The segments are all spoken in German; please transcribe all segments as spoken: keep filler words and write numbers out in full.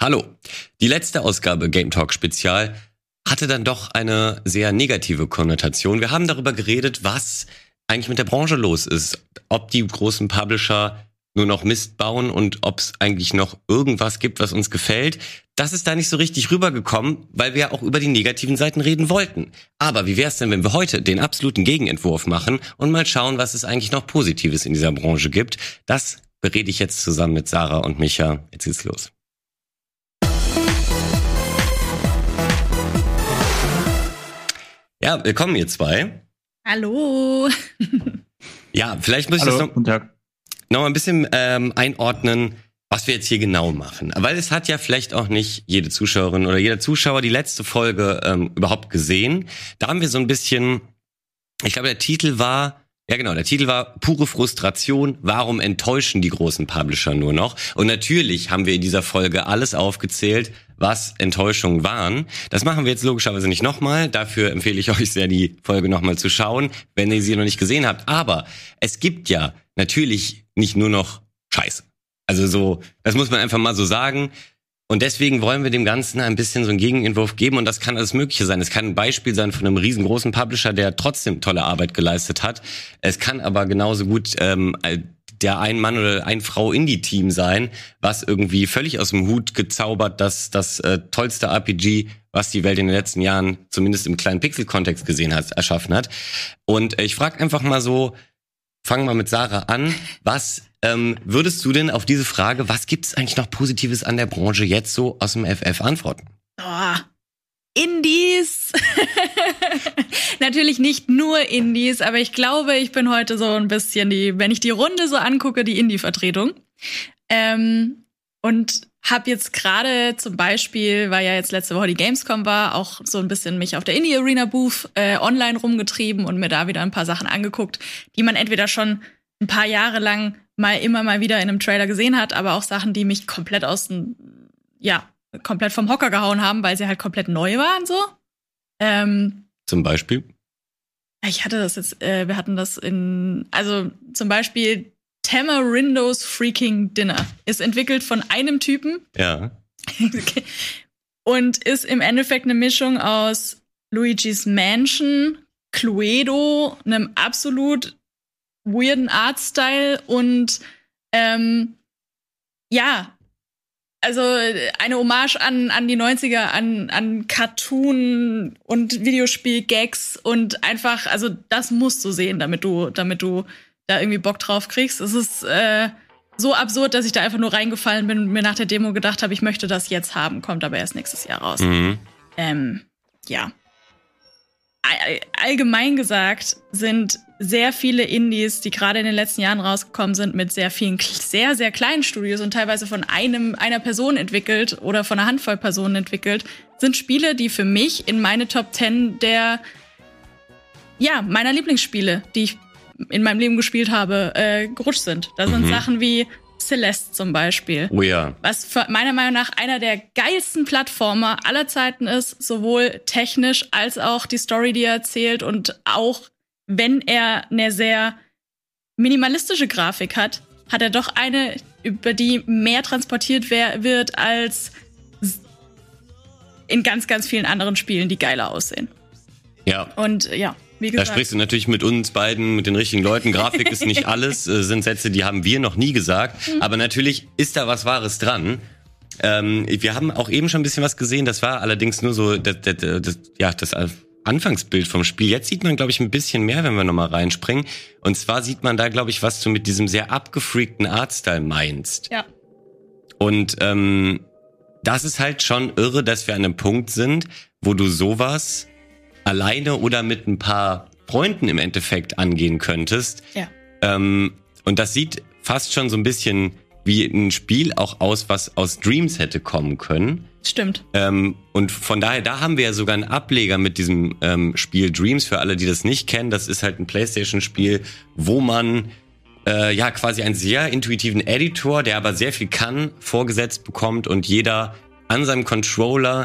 Hallo. Die letzte Ausgabe Game Talk Spezial hatte dann doch eine sehr negative Konnotation. Wir haben darüber geredet, was eigentlich mit der Branche los ist. Ob die großen Publisher nur noch Mist bauen und ob es eigentlich noch irgendwas gibt, was uns gefällt. Das ist da nicht so richtig rübergekommen, weil wir ja auch über die negativen Seiten reden wollten. Aber wie wäre es denn, wenn wir heute den absoluten Gegenentwurf machen und mal schauen, was es eigentlich noch Positives in dieser Branche gibt? Das berede ich jetzt zusammen mit Sarah und Micha. Jetzt geht's los. Ja, willkommen ihr zwei. Hallo. Ja, vielleicht muss ich Hallo, das noch, guten Tag. noch mal ein bisschen ähm, einordnen, was wir jetzt hier genau machen. Weil es hat ja vielleicht auch nicht jede Zuschauerin oder jeder Zuschauer die letzte Folge ähm, überhaupt gesehen. Da haben wir so ein bisschen, ich glaube der Titel war, ja genau, der Titel war pure Frustration, warum enttäuschen die großen Publisher nur noch? Und natürlich haben wir in dieser Folge alles aufgezählt, was Enttäuschungen waren. Das machen wir jetzt logischerweise nicht nochmal. Dafür empfehle ich euch sehr, die Folge nochmal zu schauen, wenn ihr sie noch nicht gesehen habt. Aber es gibt ja natürlich nicht nur noch Scheiße. Also so, das muss man einfach mal so sagen. Und deswegen wollen wir dem Ganzen ein bisschen so einen Gegenentwurf geben. Und das kann alles Mögliche sein. Es kann ein Beispiel sein von einem riesengroßen Publisher, der trotzdem tolle Arbeit geleistet hat. Es kann aber genauso gut ähm, der Ein-Mann- oder Ein-Frau-Indie-Team sein, was irgendwie völlig aus dem Hut gezaubert, das das äh, tollste R P G, was die Welt in den letzten Jahren zumindest im kleinen Pixel-Kontext gesehen hat, erschaffen hat. Und äh, ich frage einfach mal so, fangen wir mit Sarah an. Was ähm, würdest du denn auf diese Frage, was gibt es eigentlich noch Positives an der Branche jetzt so aus dem F F antworten? Oh, Indies. Natürlich nicht nur Indies, aber ich glaube, ich bin heute so ein bisschen die, wenn ich die Runde so angucke, die Indie-Vertretung. Ähm, und habe jetzt gerade zum Beispiel, weil ja jetzt letzte Woche die Gamescom war, auch so ein bisschen mich auf der Indie-Arena-Booth äh, online rumgetrieben und mir da wieder ein paar Sachen angeguckt, die man entweder schon ein paar Jahre lang mal immer mal wieder in einem Trailer gesehen hat, aber auch Sachen, die mich komplett aus dem, ja, komplett vom Hocker gehauen haben, weil sie halt komplett neu waren, so. Ähm, zum Beispiel? Ich hatte das jetzt, äh, wir hatten das in, also zum Beispiel Tamarindo's Freaking Dinner ist entwickelt von einem Typen. Ja. Und ist im Endeffekt eine Mischung aus Luigi's Mansion, Cluedo, einem absolut weirden Artstyle und ähm, ja, also eine Hommage an an die neunziger, an an Cartoon und Videospiel-Gags und einfach, also das musst du sehen, damit du damit du da irgendwie Bock drauf kriegst. Es ist äh, so absurd, dass ich da einfach nur reingefallen bin und mir nach der Demo gedacht habe, ich möchte das jetzt haben, kommt aber erst nächstes Jahr raus. Mhm. Ähm, ja. All- allgemein gesagt sind sehr viele Indies, die gerade in den letzten Jahren rausgekommen sind, mit sehr vielen, sehr, sehr kleinen Studios und teilweise von einem einer Person entwickelt oder von einer Handvoll Personen entwickelt, sind Spiele, die für mich in meine Top Ten der, ja, meiner Lieblingsspiele, die ich in meinem Leben gespielt habe, äh, gerutscht sind. Da sind Mhm. Sachen wie Celeste zum Beispiel. Oh ja. Was für meiner Meinung nach einer der geilsten Plattformer aller Zeiten ist, sowohl technisch als auch die Story, die er erzählt und auch wenn er eine sehr minimalistische Grafik hat, hat er doch eine, über die mehr transportiert wer- wird als in ganz, ganz vielen anderen Spielen, die geiler aussehen. Ja. Und ja, wie Da gesagt. sprichst du natürlich mit uns beiden, mit den richtigen Leuten. Grafik ist nicht alles, äh, sind Sätze, die haben wir noch nie gesagt. Mhm. Aber natürlich ist da was Wahres dran. Ähm, wir haben auch eben schon ein bisschen was gesehen. Das war allerdings nur so das, das, das, ja, das Anfangsbild vom Spiel. Jetzt sieht man, glaube ich, ein bisschen mehr, wenn wir nochmal reinspringen. Und zwar sieht man da, glaube ich, was du mit diesem sehr abgefreakten Artstyle meinst. Ja. Und ähm, das ist halt schon irre, dass wir an einem Punkt sind, wo du sowas alleine oder mit ein paar Freunden im Endeffekt angehen könntest. Ja. Ähm, und das sieht fast schon so ein bisschen wie ein Spiel auch aus, was aus Dreams hätte kommen können. Stimmt. Ähm, und von daher, da haben wir ja sogar einen Ableger mit diesem ähm, Spiel Dreams. Für alle, die das nicht kennen, das ist halt ein PlayStation-Spiel, wo man äh, ja quasi einen sehr intuitiven Editor, der aber sehr viel kann, vorgesetzt bekommt und jeder an seinem Controller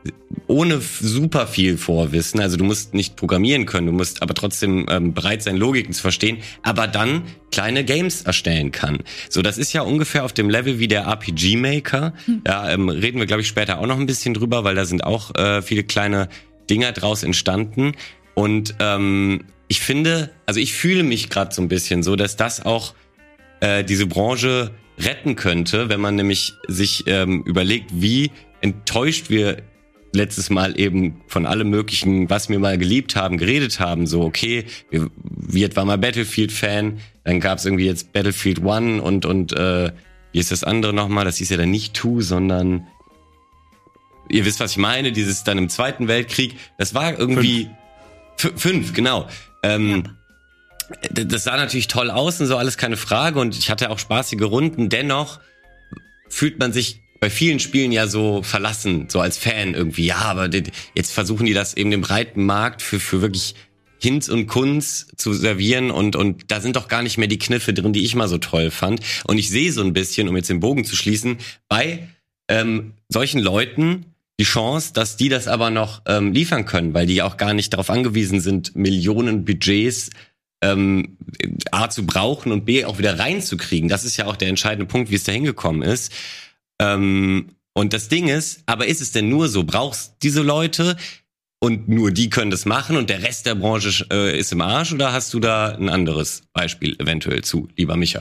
ohne super viel Vorwissen, also du musst nicht programmieren können, du musst aber trotzdem ähm, bereit sein, Logiken zu verstehen, aber dann kleine Games erstellen kann. So, das ist ja ungefähr auf dem Level wie der R P G Maker. Hm. Da ähm, reden wir, glaube ich, später auch noch ein bisschen drüber, weil da sind auch äh, viele kleine Dinger draus entstanden. Und ähm, ich finde, also ich fühle mich gerade so ein bisschen so, dass das auch äh, diese Branche retten könnte, wenn man nämlich sich ähm, überlegt, wie enttäuscht wir letztes Mal eben von allem Möglichen, was wir mal geliebt haben, geredet haben. So, okay, wir, Wirt war mal Battlefield-Fan, dann gab's irgendwie jetzt Battlefield One und, und äh, wie ist das andere nochmal? Das hieß ja dann nicht Two, sondern ihr wisst, was ich meine, dieses dann im Zweiten Weltkrieg. Das war irgendwie fünf, F- fünf genau. Ähm, ja. Das sah natürlich toll aus und so, alles keine Frage. Und ich hatte auch spaßige Runden. Dennoch fühlt man sich bei vielen Spielen ja so verlassen, so als Fan irgendwie. Ja, aber jetzt versuchen die das eben dem breiten Markt für für wirklich Hinz und Kunz zu servieren und und da sind doch gar nicht mehr die Kniffe drin, die ich mal so toll fand. Und ich sehe so ein bisschen, um jetzt den Bogen zu schließen, bei ähm, solchen Leuten die Chance, dass die das aber noch ähm, liefern können, weil die auch gar nicht darauf angewiesen sind, Millionen Budgets ähm, A zu brauchen und B auch wieder reinzukriegen. Das ist ja auch der entscheidende Punkt, wie es da hingekommen ist. Ähm, und das Ding ist, aber ist es denn nur so? Brauchst diese Leute und nur die können das machen und der Rest der Branche äh, ist im Arsch? Oder hast du da ein anderes Beispiel eventuell zu, lieber Micha?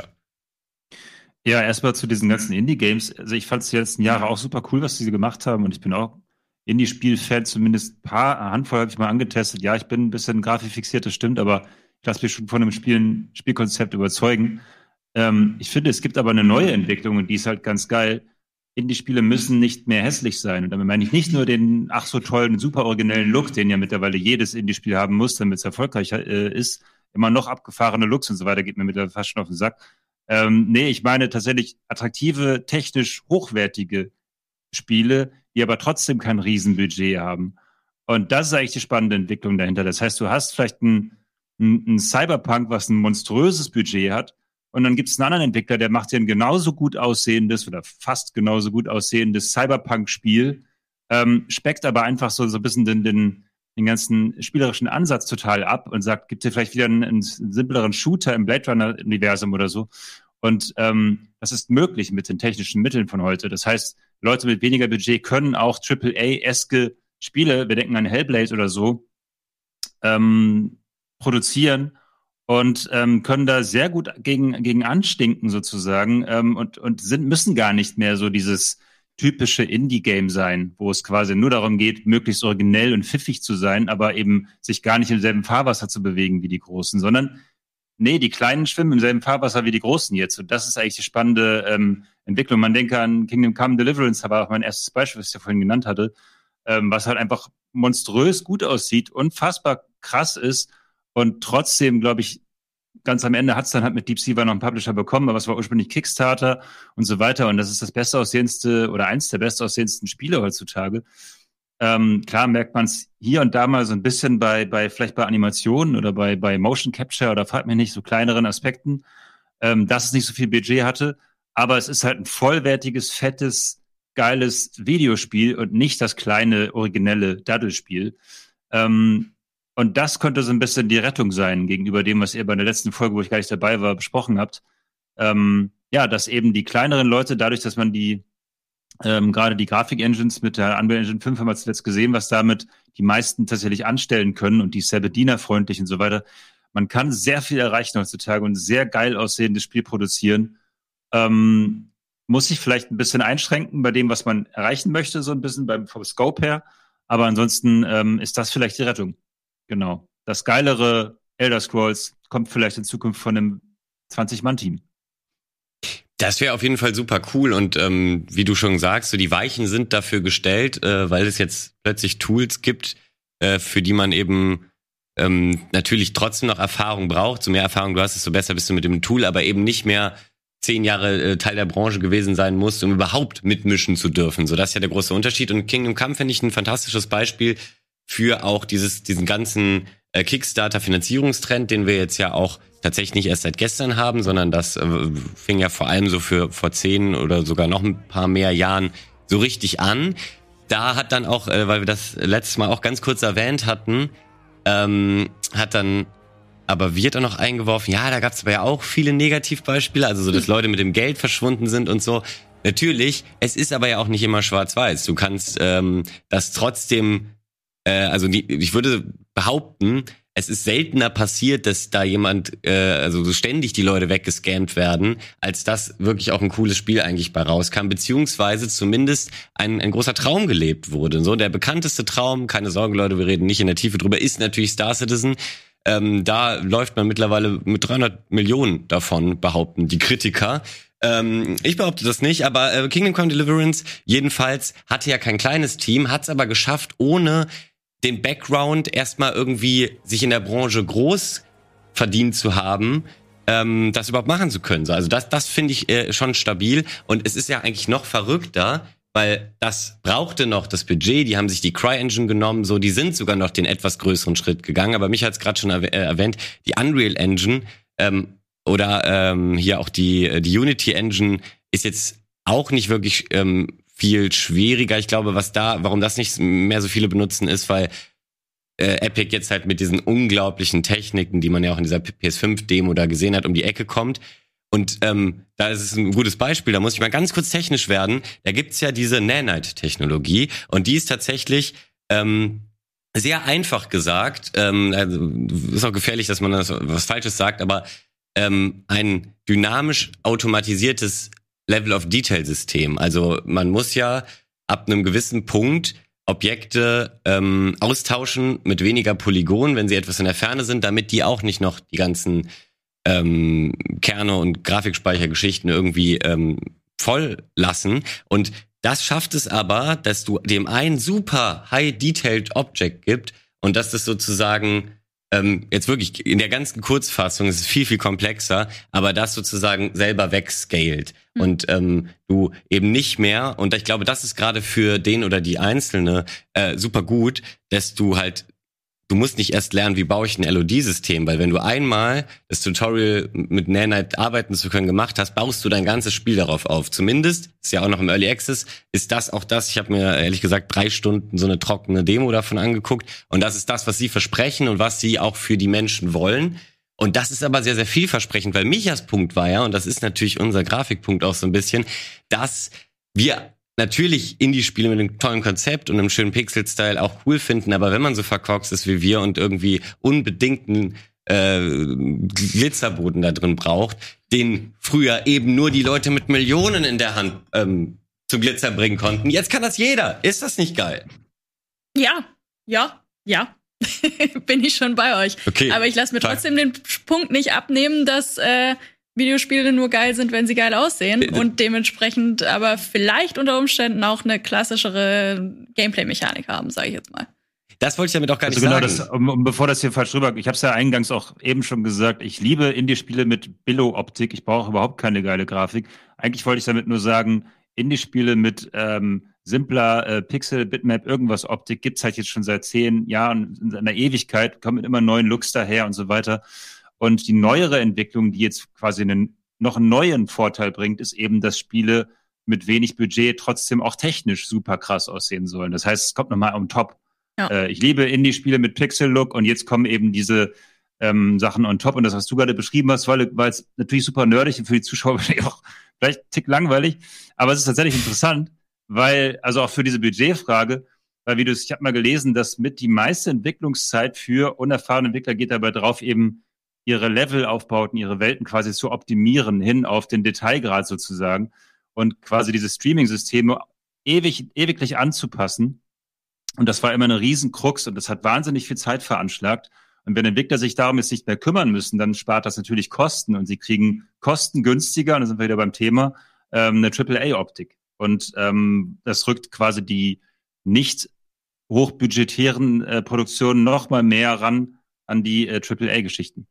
Ja, erstmal zu diesen ganzen Indie-Games. Also ich fand es die letzten Jahre auch super cool, was sie gemacht haben und ich bin auch Indie-Spiel-Fan, zumindest ein paar, eine Handvoll habe ich mal angetestet. Ja, ich bin ein bisschen grafikfixiert, das stimmt, aber ich lasse mich schon von dem Spiel, Spielkonzept überzeugen. Ähm, ich finde, es gibt aber eine neue Entwicklung und die ist halt ganz geil. Indie-Spiele müssen nicht mehr hässlich sein. Und damit meine ich nicht nur den ach so tollen, super originellen Look, den ja mittlerweile jedes Indie-Spiel haben muss, damit es erfolgreich äh, ist. Immer noch abgefahrene Looks und so weiter, geht mir mittlerweile fast schon auf den Sack. Ähm, nee, ich meine tatsächlich attraktive, technisch hochwertige Spiele, die aber trotzdem kein Riesenbudget haben. Und das ist eigentlich die spannende Entwicklung dahinter. Das heißt, du hast vielleicht ein, ein, ein Cyberpunk, was ein monströses Budget hat, und dann gibt es einen anderen Entwickler, der macht dir ein genauso gut aussehendes oder fast genauso gut aussehendes Cyberpunk-Spiel, ähm, speckt aber einfach so, so ein bisschen den, den, den ganzen spielerischen Ansatz total ab und sagt, gibt dir vielleicht wieder einen, einen simpleren Shooter im Blade Runner-Universum oder so. Und ähm, das ist möglich mit den technischen Mitteln von heute. Das heißt, Leute mit weniger Budget können auch Triple A-eske Spiele, wir denken an Hellblade oder so, ähm, produzieren und ähm, können da sehr gut gegen gegen anstinken sozusagen ähm, und und sind müssen gar nicht mehr so dieses typische Indie-Game sein, wo es quasi nur darum geht, möglichst originell und pfiffig zu sein, aber eben sich gar nicht im selben Fahrwasser zu bewegen wie die Großen, sondern nee, die Kleinen schwimmen im selben Fahrwasser wie die Großen jetzt. Und das ist eigentlich die spannende ähm, Entwicklung. Man denke an Kingdom Come Deliverance, aber auch mein erstes Beispiel, was ich ja vorhin genannt hatte, ähm, was halt einfach monströs gut aussieht, unfassbar krass ist und trotzdem, glaube ich, ganz am Ende hat es dann halt mit Deep Silver noch einen Publisher bekommen, aber es war ursprünglich Kickstarter und so weiter. Und das ist das bestaussehendste oder eins der bestaussehendsten Spiele heutzutage. Ähm, klar merkt man es hier und da mal so ein bisschen bei, bei vielleicht bei Animationen oder bei, bei Motion Capture oder fragt mich nicht, so kleineren Aspekten, ähm, dass es nicht so viel Budget hatte. Aber es ist halt ein vollwertiges, fettes, geiles Videospiel und nicht das kleine, originelle Daddelspiel. Ähm, Und das könnte so ein bisschen die Rettung sein gegenüber dem, was ihr bei der letzten Folge, wo ich gar nicht dabei war, besprochen habt. Ähm, ja, dass eben die kleineren Leute, dadurch, dass man die, ähm, gerade die Grafik-Engines mit der Unreal Engine fünf haben wir zuletzt gesehen, was damit die meisten tatsächlich anstellen können und die ist sehr bedienerfreundlich und so weiter. Man kann sehr viel erreichen heutzutage und sehr geil aussehendes Spiel produzieren. Ähm, muss sich vielleicht ein bisschen einschränken bei dem, was man erreichen möchte, so ein bisschen beim, vom Scope her. Aber ansonsten ähm, ist das vielleicht die Rettung. Genau. Das geilere Elder Scrolls kommt vielleicht in Zukunft von einem zwanzig-Mann-Team. Das wäre auf jeden Fall super cool und ähm, wie du schon sagst, so die Weichen sind dafür gestellt, äh, weil es jetzt plötzlich Tools gibt, äh, für die man eben ähm, natürlich trotzdem noch Erfahrung braucht. So mehr Erfahrung du hast, desto besser bist du mit dem Tool, aber eben nicht mehr zehn Jahre äh, Teil der Branche gewesen sein musst, um überhaupt mitmischen zu dürfen. So, das ist ja der große Unterschied. Und Kingdom Come finde ich ein fantastisches Beispiel für auch dieses diesen ganzen äh, Kickstarter-Finanzierungstrend, den wir jetzt ja auch tatsächlich nicht erst seit gestern haben, sondern das äh, fing ja vor allem so für vor zehn oder sogar noch ein paar mehr Jahren so richtig an. da hat dann auch, äh, weil wir das letztes Mal auch ganz kurz erwähnt hatten, ähm, hat dann aber wird auch noch eingeworfen, ja, da gab es aber ja auch viele Negativbeispiele, also so, dass Leute mit dem Geld verschwunden sind und so. Natürlich, es ist aber ja auch nicht immer schwarz-weiß. Du kannst ähm, das trotzdem, äh, also die, ich würde behaupten, es ist seltener passiert, dass da jemand, äh, also so ständig die Leute weggescammt werden, als dass wirklich auch ein cooles Spiel eigentlich bei rauskam, beziehungsweise zumindest ein, ein großer Traum gelebt wurde. So, der bekannteste Traum, keine Sorge Leute, wir reden nicht in der Tiefe drüber, ist natürlich Star Citizen. Ähm, da läuft man mittlerweile mit dreihundert Millionen davon, behaupten die Kritiker. Ähm, ich behaupte das nicht, aber äh, Kingdom Come Deliverance jedenfalls hatte ja kein kleines Team, hat es aber geschafft, ohne den Background erstmal irgendwie sich in der Branche groß verdient zu haben, ähm, das überhaupt machen zu können. Also das, das finde ich äh, schon stabil und es ist ja eigentlich noch verrückter, weil das brauchte noch das Budget, die haben sich die CryEngine genommen, so, die sind sogar noch den etwas größeren Schritt gegangen, aber mich hat's gerade schon erw- äh, erwähnt, die Unreal Engine ähm, oder ähm, hier auch die, die Unity Engine ist jetzt auch nicht wirklich ähm, viel schwieriger. Ich glaube, was da, warum das nicht mehr so viele benutzen, ist, weil äh, Epic jetzt halt mit diesen unglaublichen Techniken, die man ja auch in dieser P S fünf Demo da gesehen hat, um die Ecke kommt. Und ähm, da ist es ein gutes Beispiel, da muss ich mal ganz kurz technisch werden. Da gibt's ja diese Nanite-Technologie und die ist tatsächlich ähm, sehr einfach gesagt, ähm, also ist auch gefährlich, dass man das was Falsches sagt, aber ähm, ein dynamisch automatisiertes Level-of-Detail-System. Also man muss ja ab einem gewissen Punkt Objekte ähm, austauschen mit weniger Polygonen, wenn sie etwas in der Ferne sind, damit die auch nicht noch die ganzen ähm, Kerne und Grafikspeichergeschichten irgendwie ähm, voll lassen. Und das schafft es aber, dass du dem ein super high-detailed Object gibt und dass das sozusagen ähm, jetzt wirklich in der ganzen Kurzfassung, es ist viel, viel komplexer, aber das sozusagen selber wegscaled. Mhm. Und ähm, du eben nicht mehr, und ich glaube, das ist gerade für den oder die Einzelne äh, super gut, dass du halt du musst nicht erst lernen, wie baue ich ein L O D-System, weil wenn du einmal das Tutorial mit Nanite arbeiten zu können gemacht hast, baust du dein ganzes Spiel darauf auf. Zumindest, ist ja auch noch im Early Access, ist das auch das, ich habe mir ehrlich gesagt drei Stunden so eine trockene Demo davon angeguckt und das ist das, was sie versprechen und was sie auch für die Menschen wollen. Und das ist aber sehr, sehr vielversprechend, weil Michas Punkt war ja, und das ist natürlich unser Grafikpunkt auch so ein bisschen, dass wir natürlich Indie-Spiele mit einem tollen Konzept und einem schönen Pixel-Style auch cool finden, aber wenn man so verkorkst ist wie wir und irgendwie unbedingten äh, Glitzerboden da drin braucht, den früher eben nur die Leute mit Millionen in der Hand ähm, zum Glitzer bringen konnten. Jetzt kann das jeder. Ist das nicht geil? Ja, ja, ja. Bin ich schon bei euch. Okay. Aber ich lasse mir trotzdem den Punkt nicht abnehmen, dass äh, Videospiele nur geil sind, wenn sie geil aussehen und dementsprechend aber vielleicht unter Umständen auch eine klassischere Gameplay-Mechanik haben, sage ich jetzt mal. Das wollte ich damit auch gar also nicht genau sagen. Das, um, um, bevor das hier falsch rüber, ich habe es ja eingangs auch eben schon gesagt, ich liebe Indie-Spiele mit Billo-Optik, ich brauche überhaupt keine geile Grafik. Eigentlich wollte ich damit nur sagen, Indie-Spiele mit ähm, simpler äh, Pixel, Bitmap, irgendwas Optik gibt's halt jetzt schon seit zehn Jahren, in einer Ewigkeit, kommen mit immer neuen Looks daher und so weiter. Und die neuere Entwicklung, die jetzt quasi einen, noch einen neuen Vorteil bringt, ist eben, dass Spiele mit wenig Budget trotzdem auch technisch super krass aussehen sollen. Das heißt, es kommt nochmal on top. Ja. Äh, ich liebe Indie-Spiele mit Pixel-Look und jetzt kommen eben diese ähm, Sachen on top. Und das, was du gerade beschrieben hast, weil, weil es natürlich super nerdig und für die Zuschauer auch vielleicht ein Tick langweilig, aber es ist tatsächlich interessant, weil, also auch für diese Budgetfrage, weil wie du es, ich habe mal gelesen, dass mit die meiste Entwicklungszeit für unerfahrene Entwickler geht dabei drauf, eben ihre Levelaufbauten, ihre Welten quasi zu optimieren, hin auf den Detailgrad sozusagen und quasi diese Streaming-Systeme ewig, ewiglich anzupassen. Und das war immer eine Riesenkrux und das hat wahnsinnig viel Zeit veranschlagt. Und wenn Entwickler sich darum jetzt nicht mehr kümmern müssen, dann spart das natürlich Kosten und sie kriegen kostengünstiger, und da sind wir wieder beim Thema, ähm, eine Triple A-Optik. Und ähm, das rückt quasi die nicht hochbudgetären äh, Produktionen noch mal mehr ran an die äh, Triple A-Geschichten.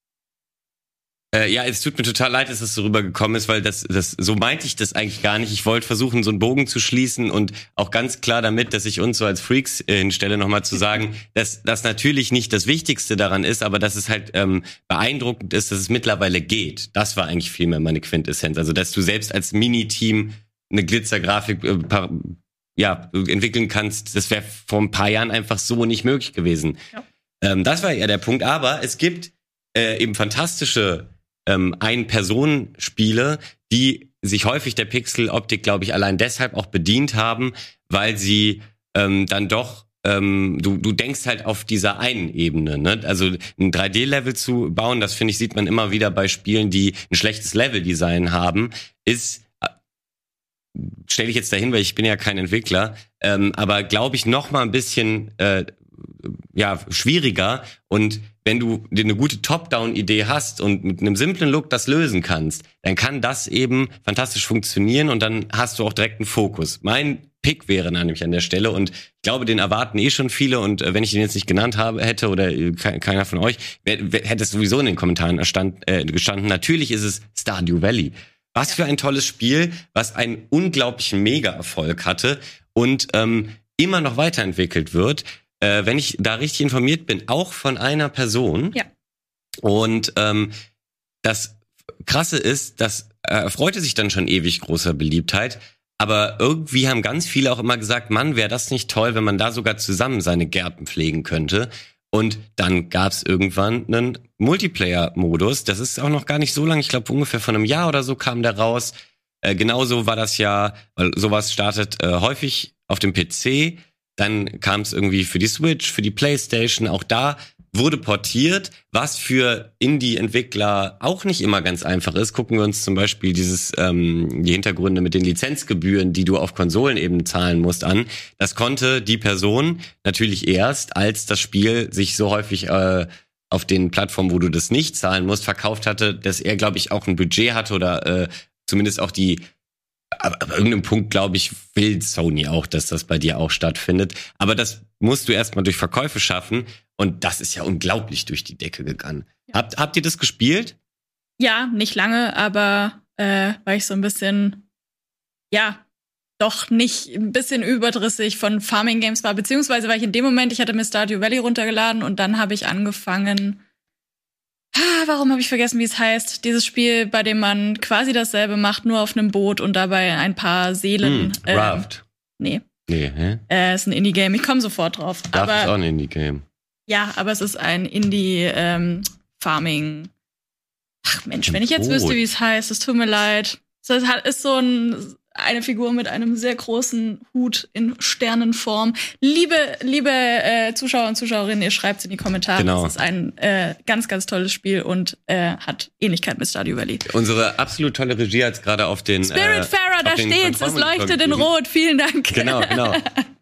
Äh, ja, es tut mir total leid, dass das so rübergekommen ist, weil das, das, so meinte ich das eigentlich gar nicht. Ich wollte versuchen, so einen Bogen zu schließen und auch ganz klar damit, dass ich uns so als Freaks äh, hinstelle, nochmal zu sagen, dass das natürlich nicht das Wichtigste daran ist, aber dass es halt ähm, beeindruckend ist, dass es mittlerweile geht. Das war eigentlich vielmehr meine Quintessenz. Also, dass du selbst als Mini-Team eine Glitzergrafik äh, ja, entwickeln kannst, das wäre vor ein paar Jahren einfach so nicht möglich gewesen. Ja. Ähm, das war eher der Punkt. Aber es gibt äh, eben fantastische ähm, Ein-Personen-Spiele, die sich häufig der Pixel-Optik, glaube ich, allein deshalb auch bedient haben, weil sie ähm, dann doch Ähm, du, du denkst halt auf dieser einen Ebene, ne? Also ein drei D-Level zu bauen, das finde ich, sieht man immer wieder bei Spielen, die ein schlechtes Level-Design haben, ist, stelle ich jetzt dahin, weil ich bin ja kein Entwickler, ähm, aber glaube ich noch mal ein bisschen äh, ja schwieriger. Und wenn du dir eine gute Top-Down-Idee hast und mit einem simplen Look das lösen kannst, dann kann das eben fantastisch funktionieren und dann hast du auch direkt einen Fokus. Mein Pick wäre nämlich an der Stelle und ich glaube, den erwarten eh schon viele und äh, wenn ich den jetzt nicht genannt habe hätte oder äh, ke- keiner von euch, wär, wär, hätte es sowieso in den Kommentaren erstand, äh, gestanden. Natürlich ist es Stardew Valley. Was ja. für ein tolles Spiel, was einen unglaublichen Mega-Erfolg hatte und ähm, immer noch weiterentwickelt wird. Äh, wenn ich da richtig informiert bin, auch von einer Person. Ja. Und ähm, das Krasse ist, das erfreute sich dann schon ewig großer Beliebtheit. Aber irgendwie haben ganz viele auch immer gesagt, Mann, wäre das nicht toll, wenn man da sogar zusammen seine Gärten pflegen könnte. Und dann gab es irgendwann einen Multiplayer-Modus. Das ist auch noch gar nicht so lange. Ich glaube, ungefähr vor einem Jahr oder so kam der raus. Äh, genauso war das ja, weil sowas startet äh, häufig auf dem P C. Dann kam es irgendwie für die Switch, für die PlayStation. Auch da wurde portiert, was für Indie-Entwickler auch nicht immer ganz einfach ist. Gucken wir uns zum Beispiel dieses ähm, die Hintergründe mit den Lizenzgebühren, die du auf Konsolen eben zahlen musst, an. Das konnte die Person natürlich erst, als das Spiel sich so häufig äh, auf den Plattformen, wo du das nicht zahlen musst, verkauft hatte, dass er, glaube ich, auch ein Budget hatte oder äh, zumindest auch die. Aber ab irgendeinem Punkt, glaube ich, will Sony auch, dass das bei dir auch stattfindet. Aber das musst du erstmal durch Verkäufe schaffen. Und das ist ja unglaublich durch die Decke gegangen. Ja. Habt, habt ihr das gespielt? Ja, nicht lange, aber äh, weil ich so ein bisschen, ja, doch nicht ein bisschen überdrüssig von Farming Games war. Beziehungsweise weil ich in dem Moment, ich hatte mir Stardew Valley runtergeladen und dann habe ich angefangen, ah, warum habe ich vergessen, wie es heißt? Dieses Spiel, bei dem man quasi dasselbe macht, nur auf einem Boot und dabei ein paar Seelen. Hm, Raft. Äh, nee. Nee, hä? Äh, ist ein Indie-Game. Ich komme sofort drauf. Raft aber, ist auch ein Indie-Game. Ja, aber es ist ein Indie-Farming. Ähm, Ach Mensch, wenn ich jetzt Boot. wüsste, wie es heißt, es tut mir leid. Es ist so ein, eine Figur mit einem sehr großen Hut in Sternenform. Liebe, liebe äh, Zuschauer und Zuschauerinnen, ihr schreibt es in die Kommentare. Genau. Es ist ein äh, ganz, ganz tolles Spiel und äh, hat Ähnlichkeit mit Stardew Valley. Unsere absolut tolle Regie hat es gerade auf den Spiritfarer, äh, da steht's, es leuchtet in Rot. Vielen Dank. Genau, genau.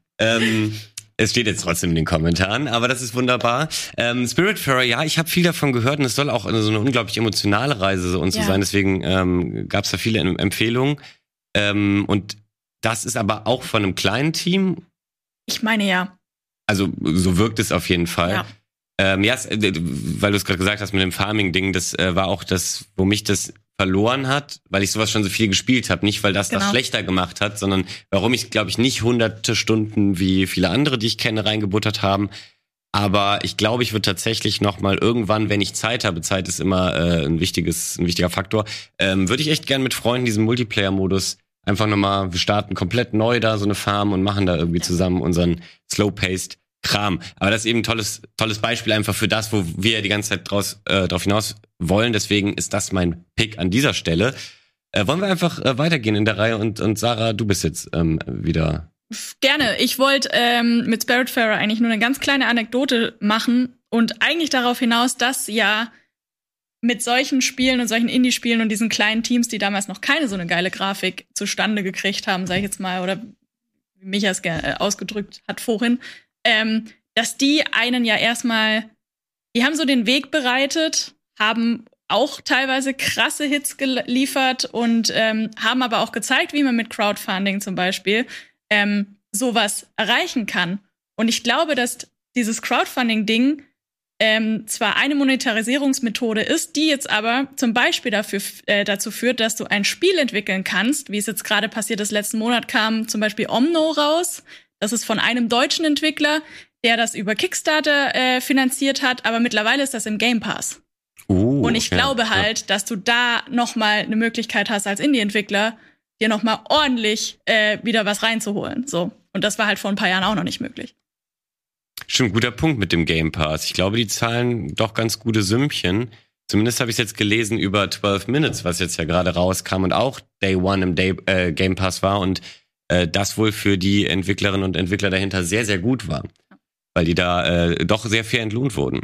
ähm, Es steht jetzt trotzdem in den Kommentaren, aber das ist wunderbar. Ähm, Spiritfarer, ja, ich habe viel davon gehört und es soll auch eine, so eine unglaublich emotionale Reise und so ja. sein. Deswegen ähm, gab es da viele Empfehlungen. Ähm, und das ist aber auch von einem kleinen Team. Ich meine ja. Also so wirkt es auf jeden Fall. Ja, ähm, ja weil du es gerade gesagt hast mit dem Farming-Ding, das äh, war auch das, wo mich das verloren hat, weil ich sowas schon so viel gespielt habe. Nicht, weil das genau. das schlechter gemacht hat, sondern warum ich, glaube ich, nicht hunderte Stunden wie viele andere, die ich kenne, reingebuttert haben. Aber ich glaube, ich würde tatsächlich noch mal irgendwann, wenn ich Zeit habe, Zeit ist immer äh, ein wichtiges, ein wichtiger Faktor, ähm, würde ich echt gern mit Freunden diesen Multiplayer-Modus einfach noch mal, wir starten komplett neu da so eine Farm und machen da irgendwie ja. zusammen unseren Slow-Paced Kram. Aber das ist eben ein tolles, tolles Beispiel einfach für das, wo wir die ganze Zeit draus, äh, drauf hinaus wollen. Deswegen ist das mein Pick an dieser Stelle. Äh, wollen wir einfach äh, weitergehen in der Reihe und, und Sarah, du bist jetzt ähm, wieder. Gerne. Ich wollte ähm, mit Spiritfarer eigentlich nur eine ganz kleine Anekdote machen und eigentlich darauf hinaus, dass ja mit solchen Spielen und solchen Indie-Spielen und diesen kleinen Teams, die damals noch keine so eine geile Grafik zustande gekriegt haben, sag ich jetzt mal, oder wie Micha es ge- ausgedrückt hat vorhin, ähm, dass die einen ja erstmal, die haben so den Weg bereitet, haben auch teilweise krasse Hits geliefert und ähm, haben aber auch gezeigt, wie man mit Crowdfunding zum Beispiel ähm, sowas erreichen kann. Und ich glaube, dass dieses Crowdfunding-Ding ähm, zwar eine Monetarisierungsmethode ist, die jetzt aber zum Beispiel dafür, äh, dazu führt, dass du ein Spiel entwickeln kannst, wie es jetzt gerade passiert ist, letzten Monat kam zum Beispiel Omno raus. Das ist von einem deutschen Entwickler, der das über Kickstarter äh, finanziert hat, aber mittlerweile ist das im Game Pass. Uh, Und ich ja, glaube halt, ja. dass du da noch mal eine Möglichkeit hast als Indie-Entwickler, dir noch mal ordentlich äh, wieder was reinzuholen. So. Und das war halt vor ein paar Jahren auch noch nicht möglich. Stimmt, guter Punkt mit dem Game Pass. Ich glaube, die zahlen doch ganz gute Sümmchen. Zumindest habe ich es jetzt gelesen über zwölf Minutes, was jetzt ja gerade rauskam und auch Day One im Day, äh, Game Pass war und äh, das wohl für die Entwicklerinnen und Entwickler dahinter sehr, sehr gut war. Weil die da äh, doch sehr fair entlohnt wurden.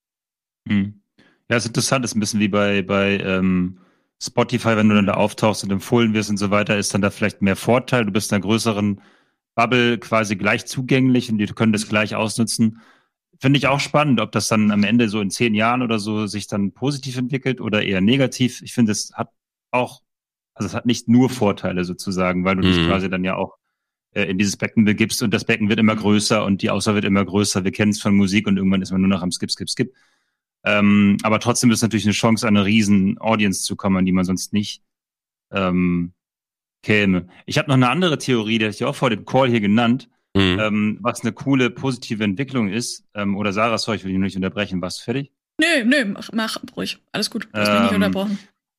Hm. Ja, ist interessant, ist ein bisschen wie bei, bei ähm, Spotify, wenn du dann da auftauchst und empfohlen wirst und so weiter, ist dann da vielleicht mehr Vorteil. Du bist in einer größeren Bubble quasi gleich zugänglich und die können das gleich ausnutzen. Finde ich auch spannend, ob das dann am Ende so in zehn Jahren oder so sich dann positiv entwickelt oder eher negativ. Ich finde, es hat auch, also es hat nicht nur Vorteile sozusagen, weil du Mhm. dich quasi dann ja auch äh, in dieses Becken begibst und das Becken wird immer größer und die Auswahl wird immer größer. Wir kennen es von Musik und irgendwann ist man nur noch am Skip, Skip, Skip. Ähm, aber trotzdem ist es natürlich eine Chance, an eine riesen Audience zu kommen, an die man sonst nicht ähm, käme. Ich habe noch eine andere Theorie, die habe ich auch vor dem Call hier genannt, Mhm. ähm, was eine coole, positive Entwicklung ist. Ähm, oder Sarah, sorry, ich will dich nur nicht unterbrechen. Warst du fertig? Nö, nö, mach, mach ruhig. Alles gut. Du hast mich nicht Ähm, unterbrochen.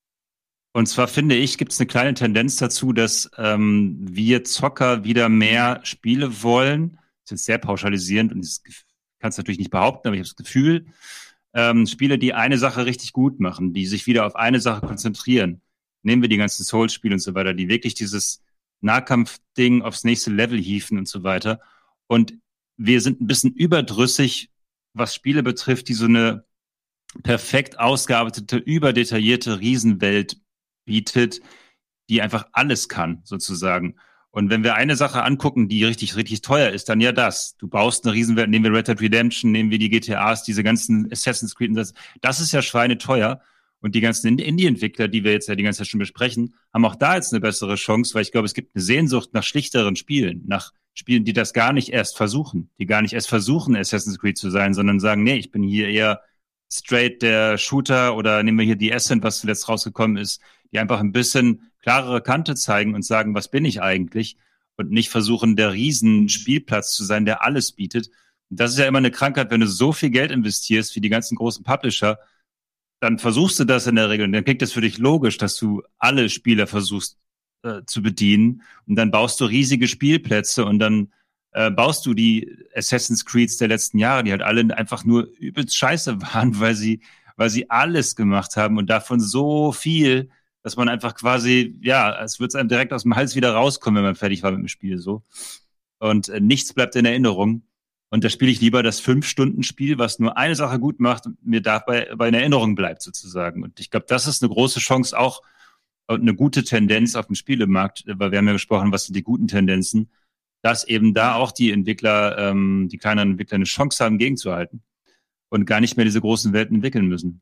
Und zwar finde ich, gibt es eine kleine Tendenz dazu, dass ähm, wir Zocker wieder mehr Spiele wollen. Das ist jetzt sehr pauschalisierend und das kann es natürlich nicht behaupten, aber ich habe das Gefühl, ähm, Spiele, die eine Sache richtig gut machen, die sich wieder auf eine Sache konzentrieren. Nehmen wir die ganzen Souls-Spiele und so weiter, die wirklich dieses Nahkampf-Ding aufs nächste Level hieven und so weiter. Und wir sind ein bisschen überdrüssig, was Spiele betrifft, die so eine perfekt ausgearbeitete, überdetaillierte Riesenwelt bietet, die einfach alles kann, sozusagen. Und wenn wir eine Sache angucken, die richtig, richtig teuer ist, dann ja das. Du baust eine Riesenwelt, nehmen wir Red Dead Redemption, nehmen wir die G T As, diese ganzen Assassin's Creed, das, das ist ja schweineteuer. Und die ganzen Indie-Entwickler, die wir jetzt ja die ganze Zeit schon besprechen, haben auch da jetzt eine bessere Chance, weil ich glaube, es gibt eine Sehnsucht nach schlichteren Spielen, nach Spielen, die das gar nicht erst versuchen, die gar nicht erst versuchen, Assassin's Creed zu sein, sondern sagen, nee, ich bin hier eher straight der Shooter oder nehmen wir hier die Ascent, was zuletzt rausgekommen ist, die einfach ein bisschen klarere Kante zeigen und sagen, was bin ich eigentlich? Und nicht versuchen, der Riesenspielplatz zu sein, der alles bietet. Und das ist ja immer eine Krankheit, wenn du so viel Geld investierst wie die ganzen großen Publisher, dann versuchst du das in der Regel und dann klingt das für dich logisch, dass du alle Spieler versuchst äh, zu bedienen und dann baust du riesige Spielplätze und dann äh, baust du die Assassin's Creeds der letzten Jahre, die halt alle einfach nur übelst scheiße waren, weil sie, weil sie alles gemacht haben und davon so viel, dass man einfach quasi, ja, es wird einem direkt aus dem Hals wieder rauskommen, wenn man fertig war mit dem Spiel so. Und äh, nichts bleibt in Erinnerung. Und da spiele ich lieber das Fünf-Stunden-Spiel, was nur eine Sache gut macht und mir dabei bei in Erinnerung bleibt sozusagen. Und ich glaube, das ist eine große Chance auch und eine gute Tendenz auf dem Spielemarkt, weil wir haben ja gesprochen, was sind die guten Tendenzen, dass eben da auch die Entwickler, ähm, die kleineren Entwickler eine Chance haben, gegenzuhalten und gar nicht mehr diese großen Welten entwickeln müssen.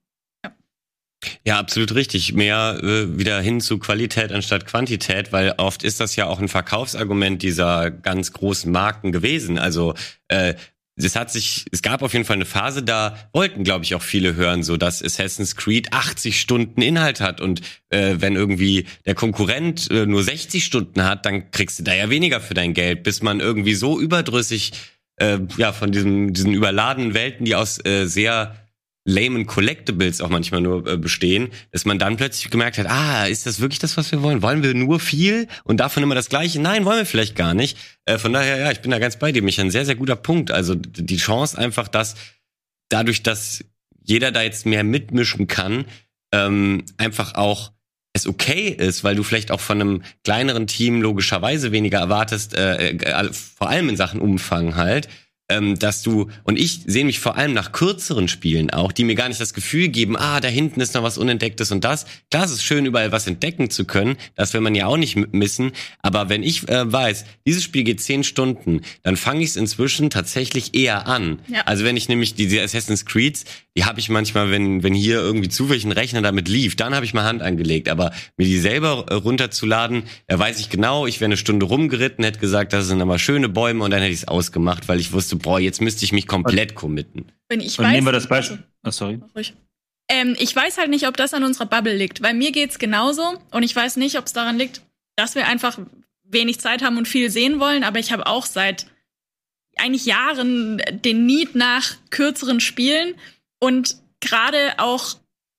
Ja, absolut richtig. Mehr äh, wieder hin zu Qualität anstatt Quantität, weil oft ist das ja auch ein Verkaufsargument dieser ganz großen Marken gewesen. Also äh, es hat sich, es gab auf jeden Fall eine Phase, da wollten, glaube ich, auch viele hören, so dass Assassin's Creed achtzig Stunden Inhalt hat und äh, wenn irgendwie der Konkurrent äh, nur sechzig Stunden hat, dann kriegst du da ja weniger für dein Geld, bis man irgendwie so überdrüssig äh, ja von diesem diesen überladenen Welten, die aus äh, sehr lamen Collectibles auch manchmal nur äh, bestehen, dass man dann plötzlich gemerkt hat, ah, ist das wirklich das, was wir wollen? Wollen wir nur viel und davon immer das Gleiche? Nein, wollen wir vielleicht gar nicht. Äh, von daher, ja, ich bin da ganz bei dir. Mich ein sehr, sehr guter Punkt. Also die Chance einfach, dass dadurch, dass jeder da jetzt mehr mitmischen kann, ähm, einfach auch es okay ist, weil du vielleicht auch von einem kleineren Team logischerweise weniger erwartest, äh, äh, vor allem in Sachen Umfang halt, Ähm, dass du, und ich sehe mich vor allem nach kürzeren Spielen auch, die mir gar nicht das Gefühl geben, ah, da hinten ist noch was Unentdecktes und das. Klar, es ist schön, überall was entdecken zu können, das will man ja auch nicht missen, aber wenn ich äh, weiß, dieses Spiel geht zehn Stunden, dann fange ich es inzwischen tatsächlich eher an. Ja. Also wenn ich nämlich diese Assassin's Creeds, die habe ich manchmal, wenn wenn hier irgendwie zufällig ein Rechner damit lief, dann habe ich mal Hand angelegt, aber mir die selber äh, runterzuladen, da weiß ich genau, ich wäre eine Stunde rumgeritten, hätte gesagt, das sind aber schöne Bäume und dann hätte ich es ausgemacht, weil ich wusste, boah, jetzt müsste ich mich komplett committen. Wenn ich Und weiß, nehmen wir das Beispiel. Oh, sorry. Ähm, ich weiß halt nicht, ob das an unserer Bubble liegt, weil mir geht's genauso und ich weiß nicht, ob es daran liegt, dass wir einfach wenig Zeit haben und viel sehen wollen, aber ich habe auch seit eigentlich Jahren den Need nach kürzeren Spielen und gerade auch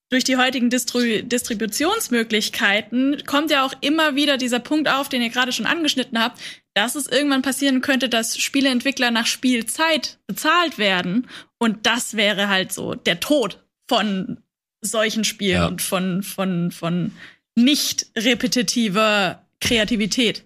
durch die heutigen Distri- Distributionsmöglichkeiten kommt ja auch immer wieder dieser Punkt auf, den ihr gerade schon angeschnitten habt, dass es irgendwann passieren könnte, dass Spieleentwickler nach Spielzeit bezahlt werden. Und das wäre halt so der Tod von solchen Spielen ja. und von, von, von nicht repetitiver Kreativität.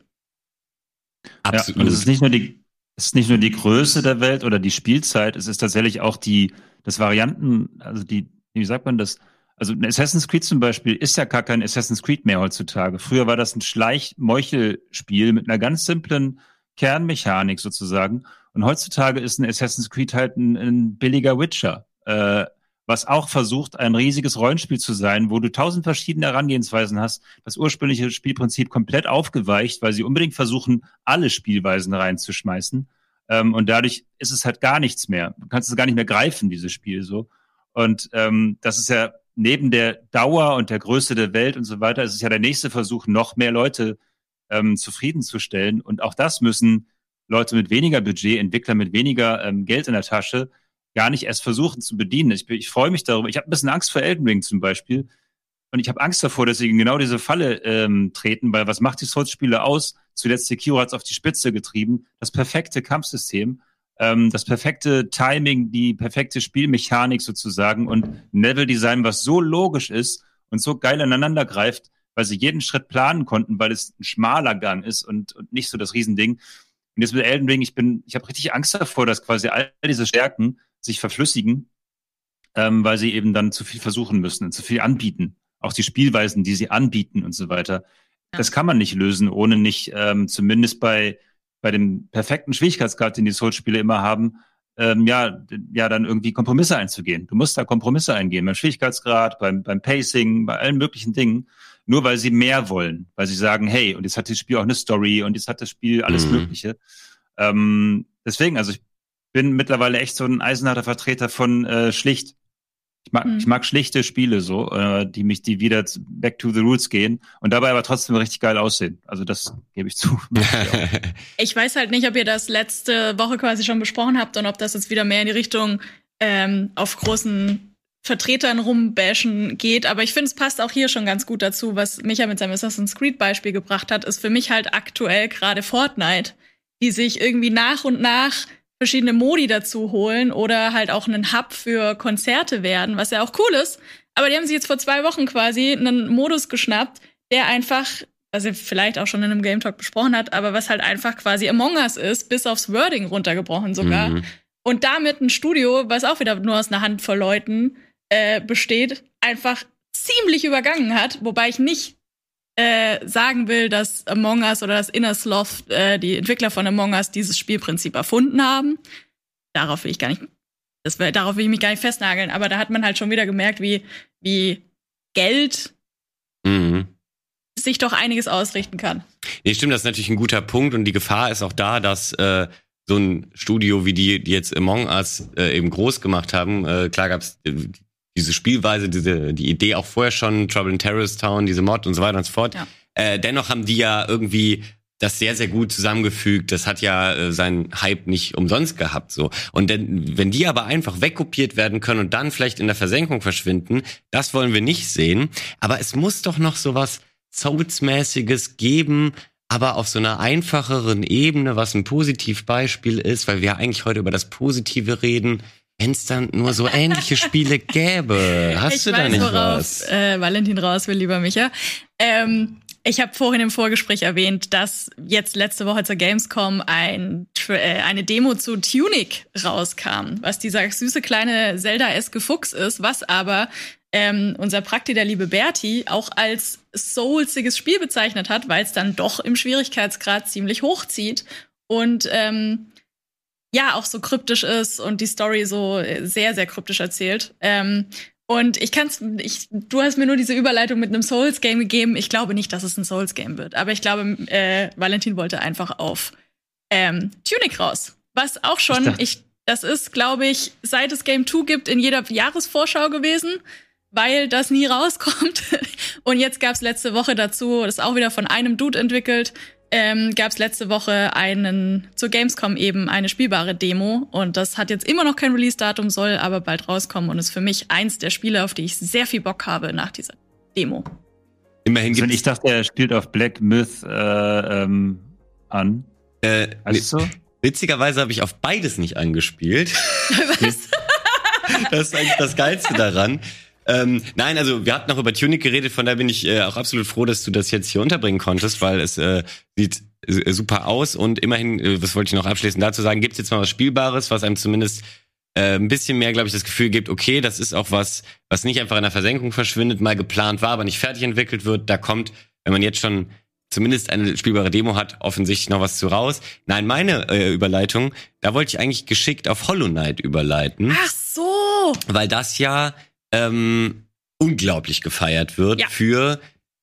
Absolut. Ja, und es ist nicht nur die, es ist nicht nur die Größe der Welt oder die Spielzeit, es ist tatsächlich auch die, das Varianten, also die, wie sagt man das? Also ein Assassin's Creed zum Beispiel ist ja gar kein Assassin's Creed mehr heutzutage. Früher war das ein Schleich-Meuchel-Spiel mit einer ganz simplen Kernmechanik sozusagen. Und heutzutage ist ein Assassin's Creed halt ein, ein billiger Witcher, äh, was auch versucht, ein riesiges Rollenspiel zu sein, wo du tausend verschiedene Herangehensweisen hast. Das ursprüngliche Spielprinzip komplett aufgeweicht, weil sie unbedingt versuchen, alle Spielweisen reinzuschmeißen. Ähm, und dadurch ist es halt gar nichts mehr. Du kannst es gar nicht mehr greifen, dieses Spiel so. Und ähm, das ist ja neben der Dauer und der Größe der Welt und so weiter, ist es ja der nächste Versuch, noch mehr Leute ähm, zufriedenzustellen. Und auch das müssen Leute mit weniger Budget, Entwickler mit weniger ähm, Geld in der Tasche, gar nicht erst versuchen zu bedienen. Ich, ich freue mich darüber. Ich habe ein bisschen Angst vor Elden Ring zum Beispiel. Und ich habe Angst davor, dass sie in genau diese Falle ähm, treten, weil was macht die Souls-Spiele aus? Zuletzt Sekiro hat es auf die Spitze getrieben. Das perfekte Kampfsystem, ähm, das perfekte Timing, die perfekte Spielmechanik sozusagen und ein Level-Design, was so logisch ist und so geil aneinander greift, weil sie jeden Schritt planen konnten, weil es ein schmaler Gang ist und, und nicht so das Riesending. Und jetzt mit Elden Ring, ich bin, ich habe richtig Angst davor, dass quasi all diese Stärken sich verflüssigen, ähm, weil sie eben dann zu viel versuchen müssen und zu viel anbieten. Auch die Spielweisen, die sie anbieten und so weiter. Ja. Das kann man nicht lösen, ohne nicht ähm, zumindest bei bei dem perfekten Schwierigkeitsgrad, den die Souls-Spiele immer haben, ähm, ja, ja, dann irgendwie Kompromisse einzugehen. Du musst da Kompromisse eingehen, beim Schwierigkeitsgrad, beim, beim Pacing, bei allen möglichen Dingen, nur weil sie mehr wollen, weil sie sagen, hey, und jetzt hat das Spiel auch eine Story und jetzt hat das Spiel alles mhm. Mögliche. Ähm, deswegen, also ich bin mittlerweile echt so ein eisenharter Vertreter von äh, schlicht. Ich mag, mhm. ich mag schlichte Spiele so, äh, die mich, die wieder back to the roots gehen und dabei aber trotzdem richtig geil aussehen. Also das gebe ich zu. Ich weiß halt nicht, ob ihr das letzte Woche quasi schon besprochen habt und ob das jetzt wieder mehr in die Richtung ähm, auf großen Vertretern rumbashen geht. Aber ich finde, es passt auch hier schon ganz gut dazu, was Micha mit seinem Assassin's Creed Beispiel gebracht hat, ist für mich halt aktuell gerade Fortnite, die sich irgendwie nach und nach verschiedene Modi dazu holen oder halt auch einen Hub für Konzerte werden, was ja auch cool ist. Aber die haben sich jetzt vor zwei Wochen quasi einen Modus geschnappt, der einfach, was ihr vielleicht auch schon in einem Game Talk besprochen hat, aber was halt einfach quasi Among Us ist, bis aufs Wording runtergebrochen sogar. Mhm. Und damit ein Studio, was auch wieder nur aus einer Handvoll Leuten äh, besteht, einfach ziemlich übergangen hat. Wobei ich nicht Äh, sagen will, dass Among Us oder das Inner Sloth, äh, die Entwickler von Among Us, dieses Spielprinzip erfunden haben. Darauf will ich gar nicht, das wär, darauf will ich mich gar nicht festnageln, aber da hat man halt schon wieder gemerkt, wie, wie Geld mhm. sich doch einiges ausrichten kann. Nee, stimmt, das ist natürlich ein guter Punkt und die Gefahr ist auch da, dass äh, so ein Studio wie die, die jetzt Among Us äh, eben groß gemacht haben, äh, klar gab's äh, diese Spielweise, diese die Idee auch vorher schon, Trouble in Terrorist Town, diese Mod und so weiter und so fort. Ja. Äh, dennoch haben die ja irgendwie das sehr, sehr gut zusammengefügt. Das hat ja äh, seinen Hype nicht umsonst gehabt. So. Und denn, wenn die aber einfach wegkopiert werden können und dann vielleicht in der Versenkung verschwinden, das wollen wir nicht sehen. Aber es muss doch noch sowas Souls-mäßiges geben, aber auf so einer einfacheren Ebene, was ein Positivbeispiel ist, weil wir eigentlich heute über das Positive reden. Wenn es dann nur so ähnliche Spiele gäbe, hast ich du da nicht worauf, was? Äh, Valentin raus will, lieber Micha. Ähm, ich habe vorhin im Vorgespräch erwähnt, dass jetzt letzte Woche zur Gamescom ein, äh, eine Demo zu Tunic rauskam, was dieser süße kleine Zelda-eske Fuchs ist, was aber ähm, unser Prakti, der liebe Berti, auch als soulsiges Spiel bezeichnet hat, weil es dann doch im Schwierigkeitsgrad ziemlich hoch zieht und ähm, ja, auch so kryptisch ist und die Story so sehr, sehr kryptisch erzählt. Ähm, und ich kann's, ich, du hast mir nur diese Überleitung mit einem Souls-Game gegeben. Ich glaube nicht, dass es ein Souls-Game wird. Aber ich glaube, äh, Valentin wollte einfach auf ähm, Tunic raus. Was auch schon, ich, das ist, glaube ich, seit es Game zwei gibt, in jeder Jahresvorschau gewesen, weil das nie rauskommt. Und jetzt gab's letzte Woche dazu, das ist auch wieder von einem Dude entwickelt, ähm, gab es letzte Woche einen zur Gamescom eben eine spielbare Demo und das hat jetzt immer noch kein Release-Datum, soll aber bald rauskommen und ist für mich eins der Spiele, auf die ich sehr viel Bock habe nach dieser Demo. Immerhin also, gibt's, ich dachte, er spielt auf Black Myth äh, ähm, an. Äh, weißt du? Witzigerweise habe ich auf beides nicht angespielt. Was? Das ist eigentlich das Geilste daran. Ähm, nein, also wir hatten noch über Tunic geredet, von daher bin ich äh, auch absolut froh, dass du das jetzt hier unterbringen konntest, weil es äh, sieht äh, super aus und immerhin, äh, was wollte ich noch abschließend dazu sagen, gibt es jetzt mal was Spielbares, was einem zumindest äh, ein bisschen mehr, glaube ich, das Gefühl gibt, okay, das ist auch was, was nicht einfach in der Versenkung verschwindet, mal geplant war, aber nicht fertig entwickelt wird. Da kommt, wenn man jetzt schon zumindest eine spielbare Demo hat, offensichtlich noch was zu raus. Nein, meine äh, Überleitung, da wollte ich eigentlich geschickt auf Hollow Knight überleiten. Ach so! Weil das ja ähm, unglaublich gefeiert wird ja. für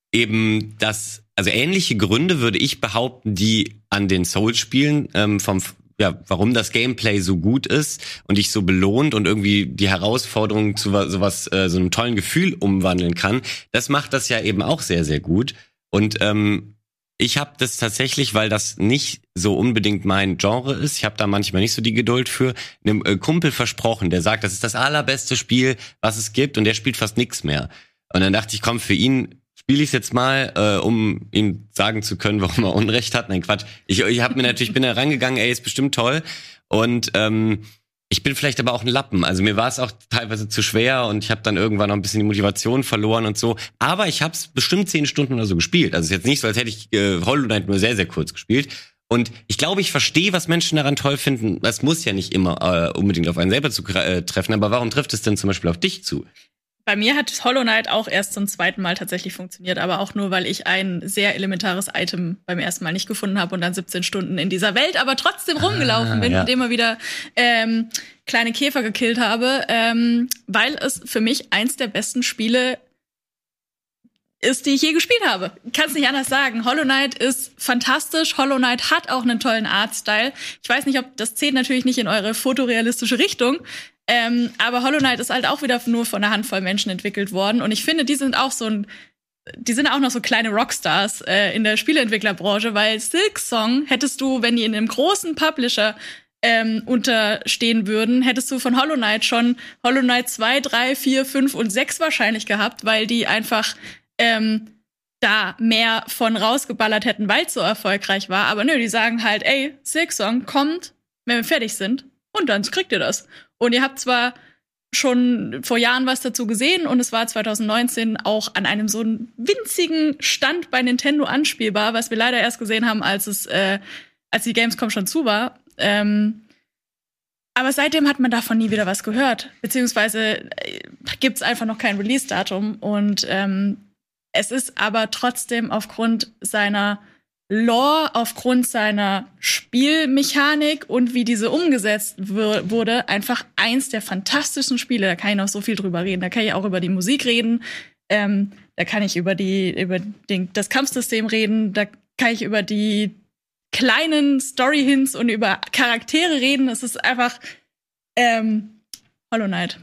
eben das, also ähnliche Gründe würde ich behaupten, die an den Souls-Spielen ähm, vom ja, warum das Gameplay so gut ist und dich so belohnt und irgendwie die Herausforderung zu sowas, äh, so einem tollen Gefühl umwandeln kann, das macht das ja eben auch sehr, sehr gut. Und ähm, ich habe das tatsächlich, weil das nicht so unbedingt mein Genre ist, ich habe da manchmal nicht so die Geduld für, einem äh, Kumpel versprochen, der sagt, das ist das allerbeste Spiel, was es gibt und der spielt fast nichts mehr. Und dann dachte ich, komm, für ihn spiele ich es jetzt mal, äh, um ihm sagen zu können, warum er Unrecht hat. Nein, Quatsch. Ich, ich hab mir natürlich, bin da rangegangen, ey, ist bestimmt toll. Und ähm, ich bin vielleicht aber auch ein Lappen. Also mir war es auch teilweise zu schwer und ich habe dann irgendwann noch ein bisschen die Motivation verloren und so. Aber ich habe es bestimmt zehn Stunden oder so gespielt. Also es ist jetzt nicht so, als hätte ich äh, Hollow Knight nur sehr, sehr kurz gespielt. Und ich glaube, ich verstehe, was Menschen daran toll finden. Das muss ja nicht immer äh, unbedingt auf einen selber zu äh, treffen. Aber warum trifft es denn zum Beispiel auf dich zu? Bei mir hat Hollow Knight auch erst zum zweiten Mal tatsächlich funktioniert, aber auch nur, weil ich ein sehr elementares Item beim ersten Mal nicht gefunden habe und dann siebzehn Stunden in dieser Welt aber trotzdem rumgelaufen ah, bin ja. und immer wieder ähm, kleine Käfer gekillt habe, ähm, weil es für mich eins der besten Spiele ist, die ich je gespielt habe. Ich kann es nicht anders sagen. Hollow Knight ist fantastisch. Hollow Knight hat auch einen tollen Artstyle. Ich weiß nicht, ob das zählt natürlich nicht in eure fotorealistische Richtung, Ähm, aber Hollow Knight ist halt auch wieder nur von einer Handvoll Menschen entwickelt worden. Und ich finde, die sind auch so ein, die sind auch noch so kleine Rockstars äh, in der Spieleentwicklerbranche, weil Silksong hättest du, wenn die in einem großen Publisher ähm, unterstehen würden, hättest du von Hollow Knight schon Hollow Knight zwei, drei, vier, fünf und sechs wahrscheinlich gehabt, weil die einfach ähm, da mehr von rausgeballert hätten, weil es so erfolgreich war. Aber nö, die sagen halt, ey, Silksong kommt, wenn wir fertig sind. Und dann kriegt ihr das. Und ihr habt zwar schon vor Jahren was dazu gesehen und es war zwanzig neunzehn auch an einem so winzigen Stand bei Nintendo anspielbar, was wir leider erst gesehen haben, als es äh, als die Gamescom schon zu war. Ähm, aber seitdem hat man davon nie wieder was gehört. Beziehungsweise äh, gibt's einfach noch kein Release-Datum. Und ähm, es ist aber trotzdem aufgrund seiner Lore, aufgrund seiner Spielmechanik und wie diese umgesetzt w- wurde, einfach eins der fantastischsten Spiele. Da kann ich noch so viel drüber reden. Da kann ich auch über die Musik reden. Ähm, da kann ich über die über den, das Kampfsystem reden. Da kann ich über die kleinen Story-Hints und über Charaktere reden. Es ist einfach ähm, Hollow Knight.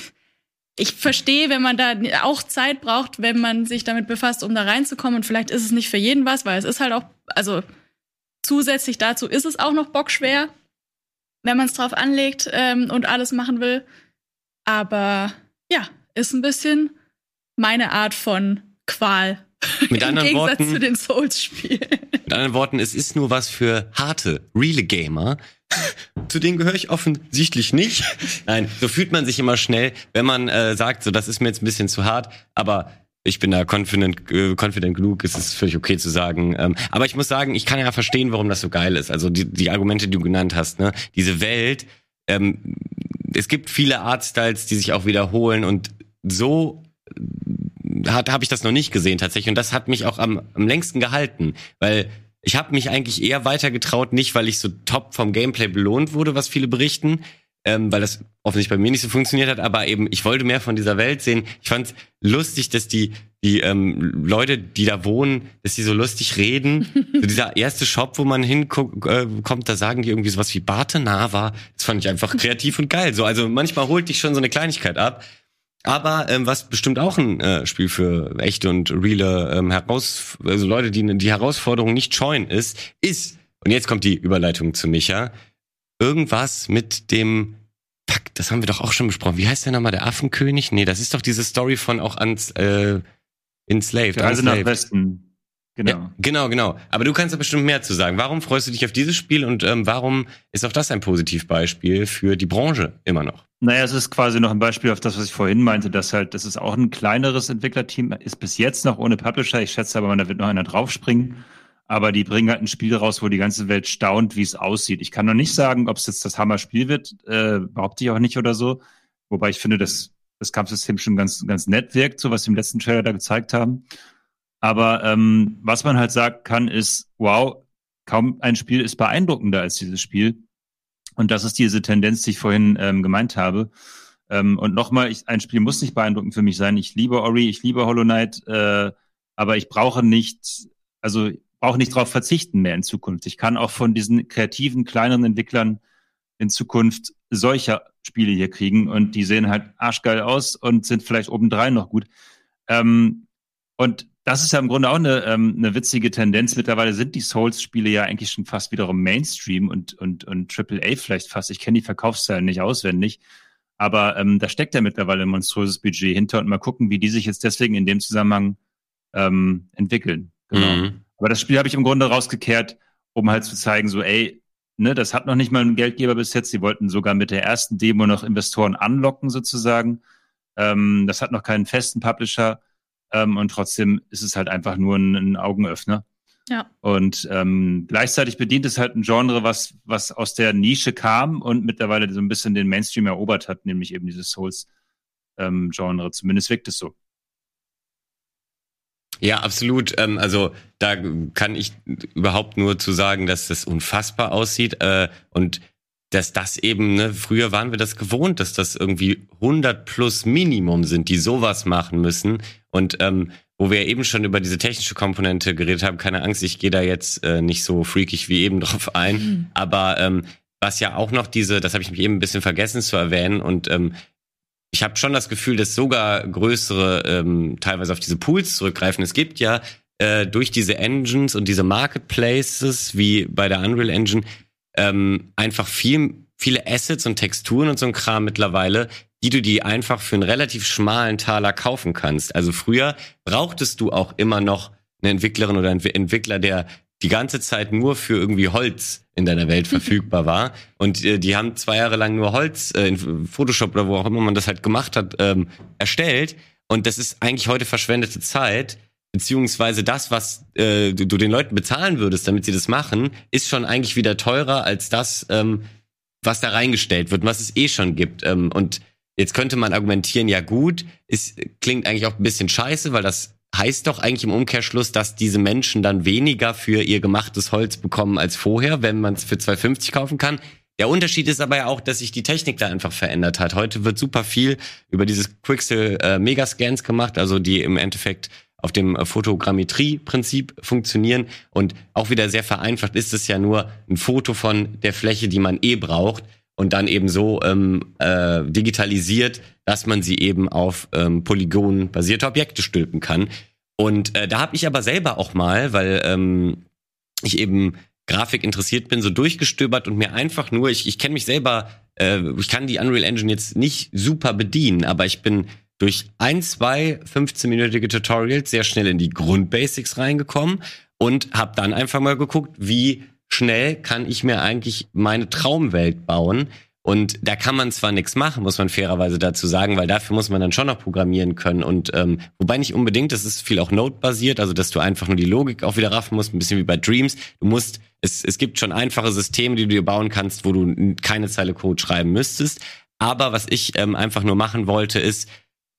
Ich verstehe, wenn man da auch Zeit braucht, wenn man sich damit befasst, um da reinzukommen. Und vielleicht ist es nicht für jeden was, weil es ist halt auch, also zusätzlich dazu ist es auch noch bockschwer, wenn man es drauf anlegt ähm, und alles machen will. Aber ja, ist ein bisschen meine Art von Qual. Mit Im anderen Gegensatz Worten, zu den Souls-Spielen. Mit anderen Worten, es ist nur was für harte, reale Gamer. Zu denen gehöre ich offensichtlich nicht. Nein, so fühlt man sich immer schnell, wenn man äh, sagt, so das ist mir jetzt ein bisschen zu hart, aber ich bin da confident, äh, confident genug, es ist völlig okay zu sagen. Ähm, aber ich muss sagen, ich kann ja verstehen, warum das so geil ist. Also die, die Argumente, die du genannt hast, ne, diese Welt, ähm, es gibt viele Artstyles, die sich auch wiederholen und so hat habe ich das noch nicht gesehen tatsächlich und das hat mich auch am, am längsten gehalten, weil ich habe mich eigentlich eher weiter getraut, nicht weil ich so top vom Gameplay belohnt wurde, was viele berichten, ähm, weil das offensichtlich bei mir nicht so funktioniert hat, aber eben ich wollte mehr von dieser Welt sehen. Ich fand lustig, dass die die ähm, Leute, die da wohnen, dass die so lustig reden. So dieser erste Shop, wo man hinkommt, äh, da sagen die irgendwie sowas wie Bate Nava. Das fand ich einfach kreativ und geil. So, also manchmal holt dich schon so eine Kleinigkeit ab. Aber ähm, was bestimmt auch ein äh, Spiel für echte und reale ähm, Heraus, also Leute, die die Herausforderung nicht scheuen, ist, ist, und jetzt kommt die Überleitung zu Micha, irgendwas mit dem, fuck, das haben wir doch auch schon besprochen. Wie heißt der nochmal, der Affenkönig? Nee, das ist doch diese Story von auch ans, äh, Enslaved. Also nach Westen. Genau. Ja, genau, genau. Aber du kannst da bestimmt mehr zu sagen. Warum freust du dich auf dieses Spiel und ähm, warum ist auch das ein Positivbeispiel für die Branche immer noch? Naja, es ist quasi noch ein Beispiel auf das, was ich vorhin meinte, dass halt, das ist auch ein kleineres Entwicklerteam, ist bis jetzt noch ohne Publisher. Ich schätze aber, da wird noch einer draufspringen. Aber die bringen halt ein Spiel raus, wo die ganze Welt staunt, wie es aussieht. Ich kann noch nicht sagen, ob es jetzt das Hammer-Spiel wird, äh, behaupte ich auch nicht oder so. Wobei ich finde, dass das Kampfsystem schon ganz, ganz nett wirkt, so was sie im letzten Trailer da gezeigt haben. Aber ähm, was man halt sagen kann, ist, wow, kaum ein Spiel ist beeindruckender als dieses Spiel. Und das ist diese Tendenz, die ich vorhin ähm, gemeint habe. Ähm, und nochmal, ich, ein Spiel muss nicht beeindruckend für mich sein. Ich liebe Ori, ich liebe Hollow Knight, äh, aber ich brauche nicht, also brauche nicht darauf verzichten mehr in Zukunft. Ich kann auch von diesen kreativen, kleineren Entwicklern in Zukunft solcher Spiele hier kriegen und die sehen halt arschgeil aus und sind vielleicht obendrein noch gut. Ähm, und das ist ja im Grunde auch eine, ähm, eine witzige Tendenz. Mittlerweile sind die Souls-Spiele ja eigentlich schon fast wiederum Mainstream und und und Triple A vielleicht fast. Ich kenne die Verkaufszahlen nicht auswendig, aber ähm, da steckt ja mittlerweile ein monströses Budget hinter und mal gucken, wie die sich jetzt deswegen in dem Zusammenhang ähm, entwickeln. Genau. Mhm. Aber das Spiel habe ich im Grunde rausgekehrt, um halt zu zeigen, so ey, ne, das hat noch nicht mal einen Geldgeber bis jetzt. Sie wollten sogar mit der ersten Demo noch Investoren anlocken sozusagen. Ähm, das hat noch keinen festen Publisher. Ähm, und trotzdem ist es halt einfach nur ein, ein Augenöffner. Ja. Und ähm, gleichzeitig bedient es halt ein Genre, was was aus der Nische kam und mittlerweile so ein bisschen den Mainstream erobert hat, nämlich eben dieses Souls-Genre. Ähm, Zumindest wirkt es so. Ja, absolut. Ähm, also da kann ich überhaupt nur zu sagen, dass das unfassbar aussieht äh, und dass das eben, ne, früher waren wir das gewohnt, dass das irgendwie hundert plus Minimum sind, die sowas machen müssen. Und ähm, wo wir eben schon über diese technische Komponente geredet haben, keine Angst, ich gehe da jetzt äh, nicht so freakig wie eben drauf ein. Mhm. Aber ähm, was ja auch noch diese, das habe ich mich eben ein bisschen vergessen zu erwähnen und ähm, ich habe schon das Gefühl, dass sogar größere ähm, teilweise auf diese Pools zurückgreifen. Es gibt ja äh, durch diese Engines und diese Marketplaces wie bei der Unreal Engine ähm, einfach viel, viele Assets und Texturen und so ein Kram mittlerweile, die du die einfach für einen relativ schmalen Taler kaufen kannst. Also früher brauchtest du auch immer noch eine Entwicklerin oder einen Entwickler, der die ganze Zeit nur für irgendwie Holz in deiner Welt verfügbar war. Und äh, die haben zwei Jahre lang nur Holz äh, in Photoshop oder wo auch immer man das halt gemacht hat, ähm, erstellt. Und das ist eigentlich heute verschwendete Zeit. Beziehungsweise das, was äh, du, du den Leuten bezahlen würdest, damit sie das machen, ist schon eigentlich wieder teurer als das, ähm, was da reingestellt wird, was es eh schon gibt. Ähm, und jetzt könnte man argumentieren, ja gut, es klingt eigentlich auch ein bisschen scheiße, weil das heißt doch eigentlich im Umkehrschluss, dass diese Menschen dann weniger für ihr gemachtes Holz bekommen als vorher, wenn man es für zwei fünfzig kaufen kann. Der Unterschied ist aber ja auch, dass sich die Technik da einfach verändert hat. Heute wird super viel über dieses Quixel äh, Megascans gemacht, also die im Endeffekt auf dem Fotogrammetrie-Prinzip funktionieren. Und auch wieder sehr vereinfacht ist es ja nur ein Foto von der Fläche, die man eh braucht und dann eben so ähm, äh, digitalisiert, dass man sie eben auf ähm, Polygonen-basierte Objekte stülpen kann. Und äh, da habe ich aber selber auch mal, weil ähm, ich eben Grafik interessiert bin, so durchgestöbert und mir einfach nur, ich, ich kenne mich selber, äh, ich kann die Unreal Engine jetzt nicht super bedienen, aber ich bin durch ein, zwei fünfzehnminütige Tutorials sehr schnell in die Grundbasics reingekommen und habe dann einfach mal geguckt, wie schnell kann ich mir eigentlich meine Traumwelt bauen. Und da kann man zwar nichts machen, muss man fairerweise dazu sagen, weil dafür muss man dann schon noch programmieren können. Und ähm, wobei nicht unbedingt, das ist viel auch Node-basiert, also dass du einfach nur die Logik auch wieder raffen musst, ein bisschen wie bei Dreams. Du musst, es, es gibt schon einfache Systeme, die du dir bauen kannst, wo du keine Zeile Code schreiben müsstest. Aber was ich ähm, einfach nur machen wollte, ist,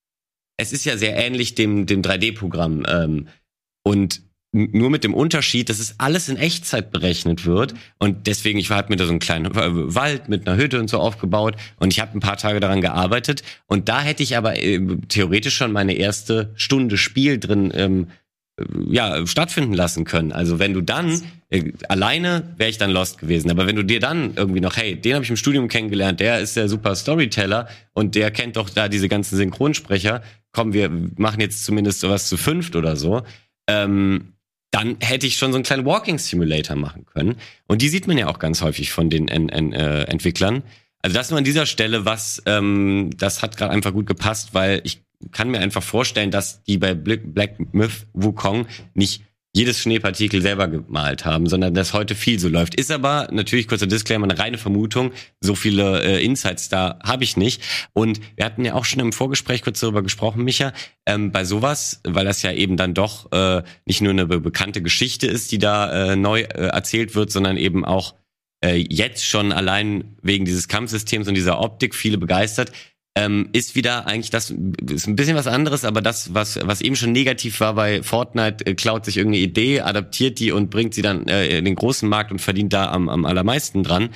es ist ja sehr ähnlich dem, dem drei D-Programm. Ähm, und nur mit dem Unterschied, dass es alles in Echtzeit berechnet wird. Und deswegen, ich habe mir da so einen kleinen Wald mit einer Hütte und so aufgebaut. Und ich habe ein paar Tage daran gearbeitet. Und da hätte ich aber äh, theoretisch schon meine erste Stunde Spiel drin ähm, ja, stattfinden lassen können. Also wenn du dann, äh, alleine wäre ich dann lost gewesen, aber wenn du dir dann irgendwie noch, hey, den habe ich im Studium kennengelernt, der ist der super Storyteller und der kennt doch da diese ganzen Synchronsprecher, komm, wir machen jetzt zumindest sowas zu fünft oder so, ähm, dann hätte ich schon so einen kleinen Walking Simulator machen können. Und die sieht man ja auch ganz häufig von den en- en- äh, Entwicklern. Also das nur an dieser Stelle, was, ähm, das hat gerade einfach gut gepasst, weil ich kann mir einfach vorstellen, dass die bei Black Myth Wukong nicht jedes Schneepartikel selber gemalt haben, sondern dass heute viel so läuft. Ist aber natürlich, kurzer Disclaimer, eine reine Vermutung. So viele äh, Insights da habe ich nicht. Und wir hatten ja auch schon im Vorgespräch kurz darüber gesprochen, Micha, ähm, bei sowas, weil das ja eben dann doch äh, nicht nur eine be- bekannte Geschichte ist, die da äh, neu äh, erzählt wird, sondern eben auch äh, jetzt schon allein wegen dieses Kampfsystems und dieser Optik viele begeistert. Ähm, ist wieder eigentlich das, ist ein bisschen was anderes, aber das, was was eben schon negativ war bei Fortnite, äh, klaut sich irgendeine Idee, adaptiert die und bringt sie dann äh, in den großen Markt und verdient da am, am allermeisten dran.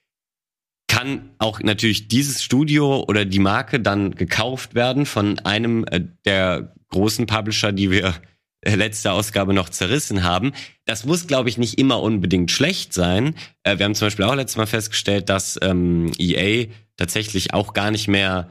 Kann auch natürlich dieses Studio oder die Marke dann gekauft werden von einem äh, der großen Publisher, die wir äh, letzte Ausgabe noch zerrissen haben. Das muss, glaube ich, nicht immer unbedingt schlecht sein. Äh, wir haben zum Beispiel auch letztes Mal festgestellt, dass ähm, E A tatsächlich auch gar nicht mehr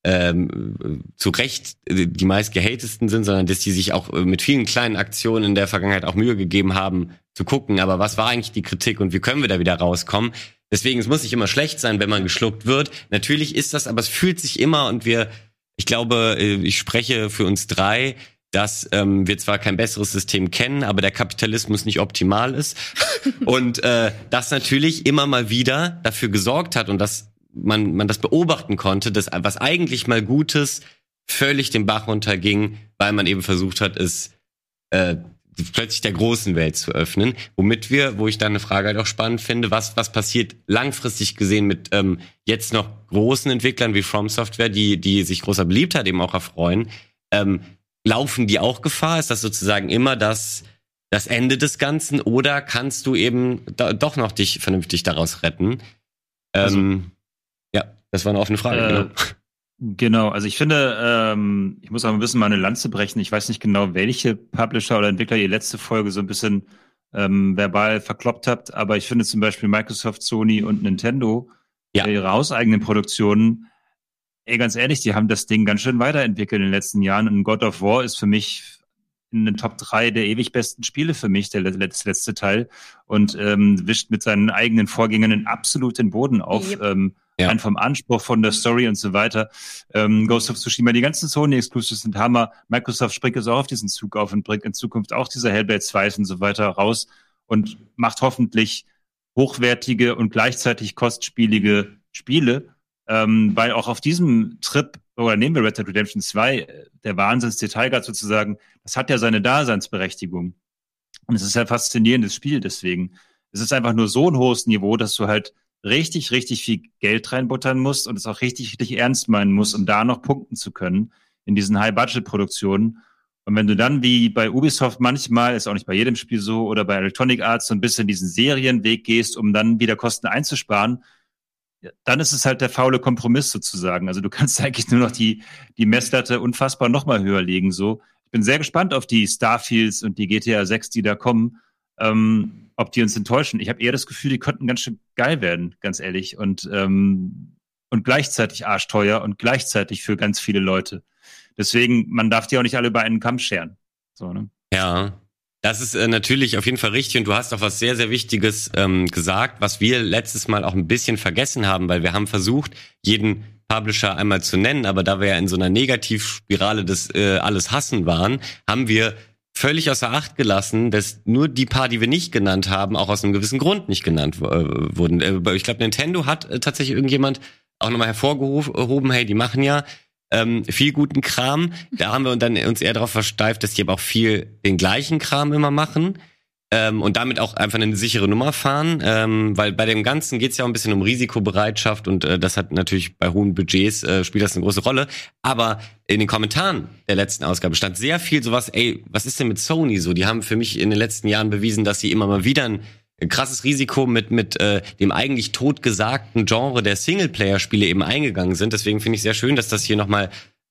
ähm, zu Recht die meist gehatesten sind, sondern dass die sich auch mit vielen kleinen Aktionen in der Vergangenheit auch Mühe gegeben haben, zu gucken, aber was war eigentlich die Kritik und wie können wir da wieder rauskommen? Deswegen, es muss nicht immer schlecht sein, wenn man geschluckt wird. Natürlich ist das, aber es fühlt sich immer und wir, ich glaube, ich spreche für uns drei, dass ähm, wir zwar kein besseres System kennen, aber der Kapitalismus nicht optimal ist und äh, das natürlich immer mal wieder dafür gesorgt hat und das man man das beobachten konnte, dass was eigentlich mal Gutes völlig den Bach runterging, weil man eben versucht hat, es äh, plötzlich der großen Welt zu öffnen. Womit wir, wo ich dann eine Frage halt auch spannend finde, was was passiert langfristig gesehen mit ähm, jetzt noch großen Entwicklern wie From Software, die die sich großer Beliebtheit eben auch erfreuen, ähm, laufen die auch Gefahr? Ist das sozusagen immer das das Ende des Ganzen oder kannst du eben da, doch noch dich vernünftig daraus retten? Also, ähm, ja, das war eine offene Frage. Äh, genau. Genau, also ich finde, ähm, ich muss auch ein bisschen mal eine Lanze brechen. Ich weiß nicht genau, welche Publisher oder Entwickler ihr letzte Folge so ein bisschen ähm, verbal verkloppt habt, aber ich finde zum Beispiel Microsoft, Sony und Nintendo, Ja. ihre hauseigenen Produktionen, ey, ganz ehrlich, die haben das Ding ganz schön weiterentwickelt in den letzten Jahren und God of War ist für mich in den Top drei der ewig besten Spiele für mich, der letzte, letzte Teil und ähm, wischt mit seinen eigenen Vorgängern einen absolut den Boden auf. Yep. Ähm, Ja. Rein vom Anspruch, von der Story und so weiter. Ähm, Ghost of Tsushima, die ganzen Sony-Exclusives sind Hammer. Microsoft springt jetzt auch auf diesen Zug auf und bringt in Zukunft auch diese Hellblade zwei und so weiter raus und macht hoffentlich hochwertige und gleichzeitig kostspielige Spiele, ähm, weil auch auf diesem Trip, oder nehmen wir Red Dead Redemption zwei, der Wahnsinns-Detailgrad sozusagen, das hat ja seine Daseinsberechtigung. Und es ist ja ein faszinierendes Spiel deswegen. Es ist einfach nur so ein hohes Niveau, dass du halt richtig, richtig viel Geld reinbuttern musst und es auch richtig, richtig ernst meinen musst, um da noch punkten zu können in diesen High-Budget-Produktionen. Und wenn du dann wie bei Ubisoft manchmal, ist auch nicht bei jedem Spiel so, oder bei Electronic Arts so ein bisschen diesen Serienweg gehst, um dann wieder Kosten einzusparen, dann ist es halt der faule Kompromiss sozusagen. Also du kannst eigentlich nur noch die, die Messlatte unfassbar nochmal höher legen. So. Ich bin sehr gespannt auf die Starfields und die G T A sechs, die da kommen. Ähm, ob die uns enttäuschen. Ich habe eher das Gefühl, die könnten ganz schön geil werden, ganz ehrlich. Und, ähm, und gleichzeitig arschteuer und gleichzeitig für ganz viele Leute. Deswegen, man darf die auch nicht alle über einen Kamm scheren. So, ne? Ja, das ist äh, natürlich auf jeden Fall richtig und du hast auch was sehr, sehr Wichtiges ähm, gesagt, was wir letztes Mal auch ein bisschen vergessen haben, weil wir haben versucht, jeden Publisher einmal zu nennen, aber da wir ja in so einer Negativspirale des äh, alles hassen waren, haben wir völlig außer Acht gelassen, dass nur die paar, die wir nicht genannt haben, auch aus einem gewissen Grund nicht genannt äh, wurden. Äh, ich glaube, Nintendo hat äh, tatsächlich irgendjemand auch nochmal hervorgehoben, hey, die machen ja ähm, viel guten Kram. Da haben wir dann uns eher darauf versteift, dass die aber auch viel den gleichen Kram immer machen. Ähm, und damit auch einfach eine sichere Nummer fahren, ähm, weil bei dem Ganzen geht's ja auch ein bisschen um Risikobereitschaft und äh, das hat natürlich bei hohen Budgets äh, spielt das eine große Rolle. Aber in den Kommentaren der letzten Ausgabe stand sehr viel sowas, ey, was ist denn mit Sony so? Die haben für mich in den letzten Jahren bewiesen, dass sie immer mal wieder ein krasses Risiko mit mit äh, dem eigentlich totgesagten Genre der Singleplayer-Spiele eben eingegangen sind. Deswegen finde ich sehr schön, dass das hier nochmal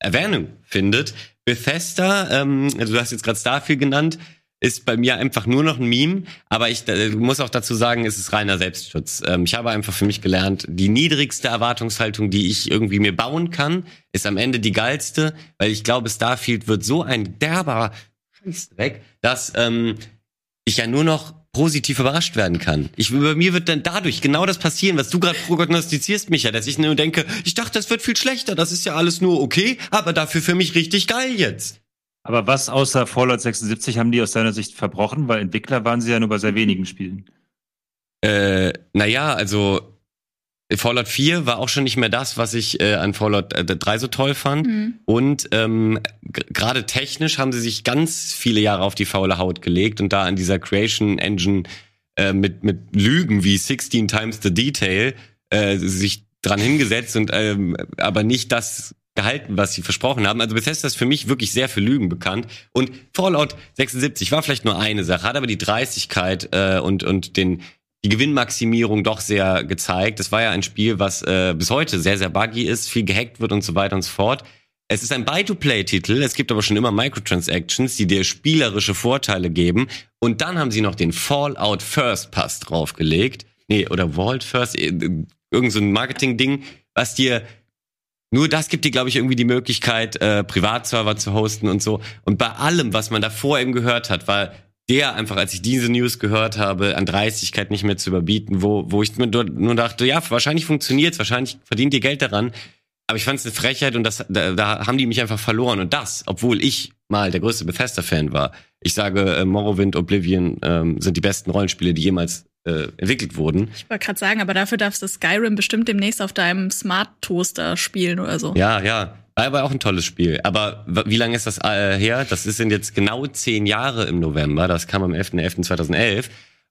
Erwähnung findet. Bethesda, ähm, also du hast jetzt gerade Starfield genannt, ist bei mir einfach nur noch ein Meme, aber ich äh, muss auch dazu sagen, es ist reiner Selbstschutz. Ähm, ich habe einfach für mich gelernt, die niedrigste Erwartungshaltung, die ich irgendwie mir bauen kann, ist am Ende die geilste, weil ich glaube, Starfield wird so ein derber Scheißdreck, dass ähm, ich ja nur noch positiv überrascht werden kann. Ich, bei mir wird dann dadurch genau das passieren, was du gerade prognostizierst, Micha, dass ich nur denke, ich dachte, das wird viel schlechter, das ist ja alles nur okay, aber dafür für mich richtig geil jetzt. Aber was außer Fallout sechsundsiebzig haben die aus deiner Sicht verbrochen? Weil Entwickler waren sie ja nur bei sehr wenigen Spielen. Äh, naja, also Fallout vier war auch schon nicht mehr das, was ich äh, an Fallout drei so toll fand. Mhm. Und ähm, g- gerade technisch haben sie sich ganz viele Jahre auf die faule Haut gelegt und da an dieser Creation Engine äh, mit mit Lügen wie sixteen times the detail äh, sich dran hingesetzt und ähm, aber nicht das gehalten, was sie versprochen haben. Also Bethesda ist für mich wirklich sehr für Lügen bekannt. Und Fallout sechsundsiebzig war vielleicht nur eine Sache, hat aber die Dreistigkeit äh, und und den die Gewinnmaximierung doch sehr gezeigt. Das war ja ein Spiel, was äh, bis heute sehr, sehr buggy ist, viel gehackt wird und so weiter und so fort. Es ist ein Buy-to-Play-Titel, es gibt aber schon immer Microtransactions, die dir spielerische Vorteile geben. Und dann haben sie noch den Fallout First Pass draufgelegt. Nee, oder Vault First, irgend so ein Marketing-Ding, was dir nur das gibt dir, glaube ich, irgendwie die Möglichkeit, äh, Privatserver zu hosten und so. Und bei allem, was man davor eben gehört hat, war der einfach, als ich diese News gehört habe, an Dreistigkeit nicht mehr zu überbieten, wo wo ich mir nur dachte, ja, wahrscheinlich funktioniert's, wahrscheinlich verdient ihr Geld daran. Aber ich fand es eine Frechheit und das da, da haben die mich einfach verloren. Und das, obwohl ich mal der größte Bethesda-Fan war. Ich sage, äh, Morrowind, Oblivion ähm, sind die besten Rollenspiele, die jemals äh, entwickelt wurden. Ich wollte gerade sagen, aber dafür darfst du Skyrim bestimmt demnächst auf deinem Smart-Toaster spielen oder so. Ja, ja. War aber auch ein tolles Spiel. Aber w- wie lange ist das äh, her? Das sind jetzt genau zehn Jahre im November. Das kam am elfter elfter zweitausendelf.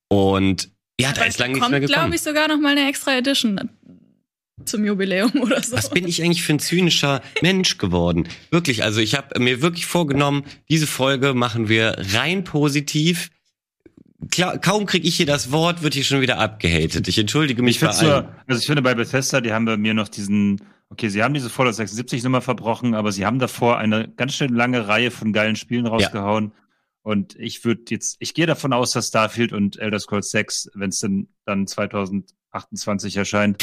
Und ja, da ist lange nichts mehr gekommen. Kommt, glaube ich, sogar noch mal eine extra Edition zum Jubiläum oder so. Was bin ich eigentlich für ein zynischer Mensch geworden? Wirklich, also ich habe mir wirklich vorgenommen, diese Folge machen wir rein positiv. Klar, kaum kriege ich hier das Wort, wird hier schon wieder abgehatet. Ich entschuldige mich ich bei allen. Also ich finde bei Bethesda, die haben bei mir noch diesen, okay, sie haben diese Fallout sechsundsiebzig Nummer verbrochen, aber sie haben davor eine ganz schön lange Reihe von geilen Spielen rausgehauen. Ja. Und ich würde jetzt, ich gehe davon aus, dass Starfield und Elder Scrolls sechs, wenn es denn dann zweitausendachtundzwanzig erscheint,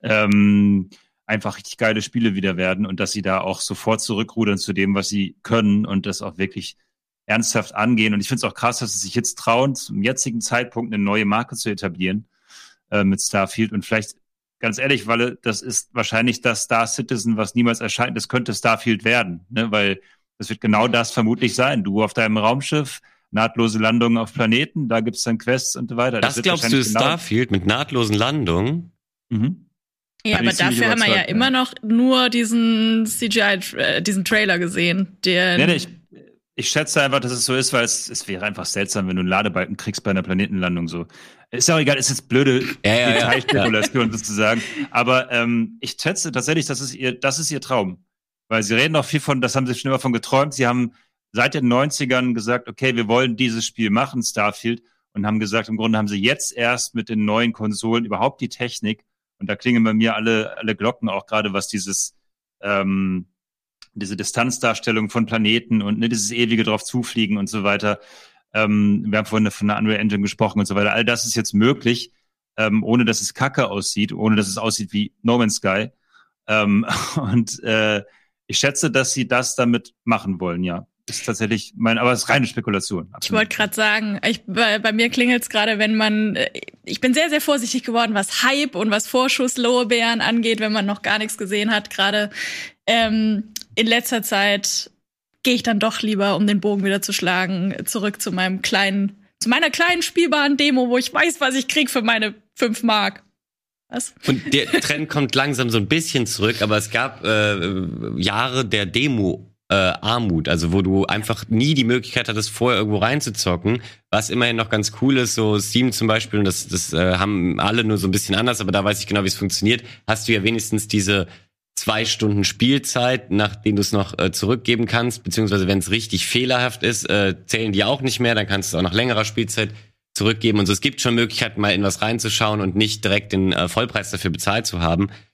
ähm, einfach richtig geile Spiele wieder werden und dass sie da auch sofort zurückrudern zu dem, was sie können und das auch wirklich ernsthaft angehen. Und ich finde es auch krass, dass sie sich jetzt trauen, zum jetzigen Zeitpunkt eine neue Marke zu etablieren äh, mit Starfield. Und vielleicht, ganz ehrlich, Walle, das ist wahrscheinlich das Star Citizen, was niemals erscheint. Das könnte Starfield werden, ne? Weil das wird genau das vermutlich sein. Du auf deinem Raumschiff, nahtlose Landungen auf Planeten, da gibt's dann Quests und so weiter. Das, das glaubst du, ist genau Starfield mit nahtlosen Landungen? Mhm. Ja, aber dafür haben wir ja immer noch nur diesen C G I, äh, diesen Trailer gesehen. Den nee, nee, ich, ich schätze einfach, dass es so ist, weil es, es wäre einfach seltsam, wenn du einen Ladebalken kriegst bei einer Planetenlandung so. Ist ja auch egal, ist jetzt blöde ja, ja, Detailspekulation ja. sozusagen. Aber ähm, ich schätze tatsächlich, das ist ihr, das ist ihr Traum. Weil sie reden auch viel von, das haben sie schon immer von geträumt. Sie haben seit den neunzigern gesagt, okay, wir wollen dieses Spiel machen, Starfield, und haben gesagt, im Grunde haben sie jetzt erst mit den neuen Konsolen überhaupt die Technik, und da klingen bei mir alle alle Glocken, auch gerade was dieses ähm, diese Distanzdarstellung von Planeten und ne, dieses ewige drauf zufliegen und so weiter. Ähm, wir haben vorhin von der Unreal Engine gesprochen und so weiter. All das ist jetzt möglich, ähm, ohne dass es kacke aussieht, ohne dass es aussieht wie No Man's Sky. Ähm, und äh, ich schätze, dass sie das damit machen wollen, ja. Ist tatsächlich mein, aber es ist reine Spekulation. Absolut. Ich wollte gerade sagen, ich, bei, bei mir klingelt's gerade, wenn man, ich bin sehr, sehr vorsichtig geworden, was Hype und was Vorschusslorbeeren angeht, wenn man noch gar nichts gesehen hat. Gerade ähm, in letzter Zeit gehe ich dann doch lieber, um den Bogen wieder zu schlagen, zurück zu meinem kleinen, zu meiner kleinen spielbaren Demo, wo ich weiß, was ich krieg für meine fünf Mark. Was? Und der Trend kommt langsam so ein bisschen zurück, aber es gab äh, Jahre der Demo Äh, Armut, also wo du einfach nie die Möglichkeit hattest, vorher irgendwo reinzuzocken, was immerhin noch ganz cool ist, so Steam zum Beispiel, und das, das äh, haben alle nur so ein bisschen anders, aber da weiß ich genau, wie es funktioniert, hast du ja wenigstens diese zwei Stunden Spielzeit, nachdem du es noch äh, zurückgeben kannst, beziehungsweise wenn es richtig fehlerhaft ist, äh, zählen die auch nicht mehr, dann kannst du es auch nach längerer Spielzeit zurückgeben und so. Es gibt schon Möglichkeiten, mal in was reinzuschauen und nicht direkt den äh, Vollpreis dafür bezahlt zu haben.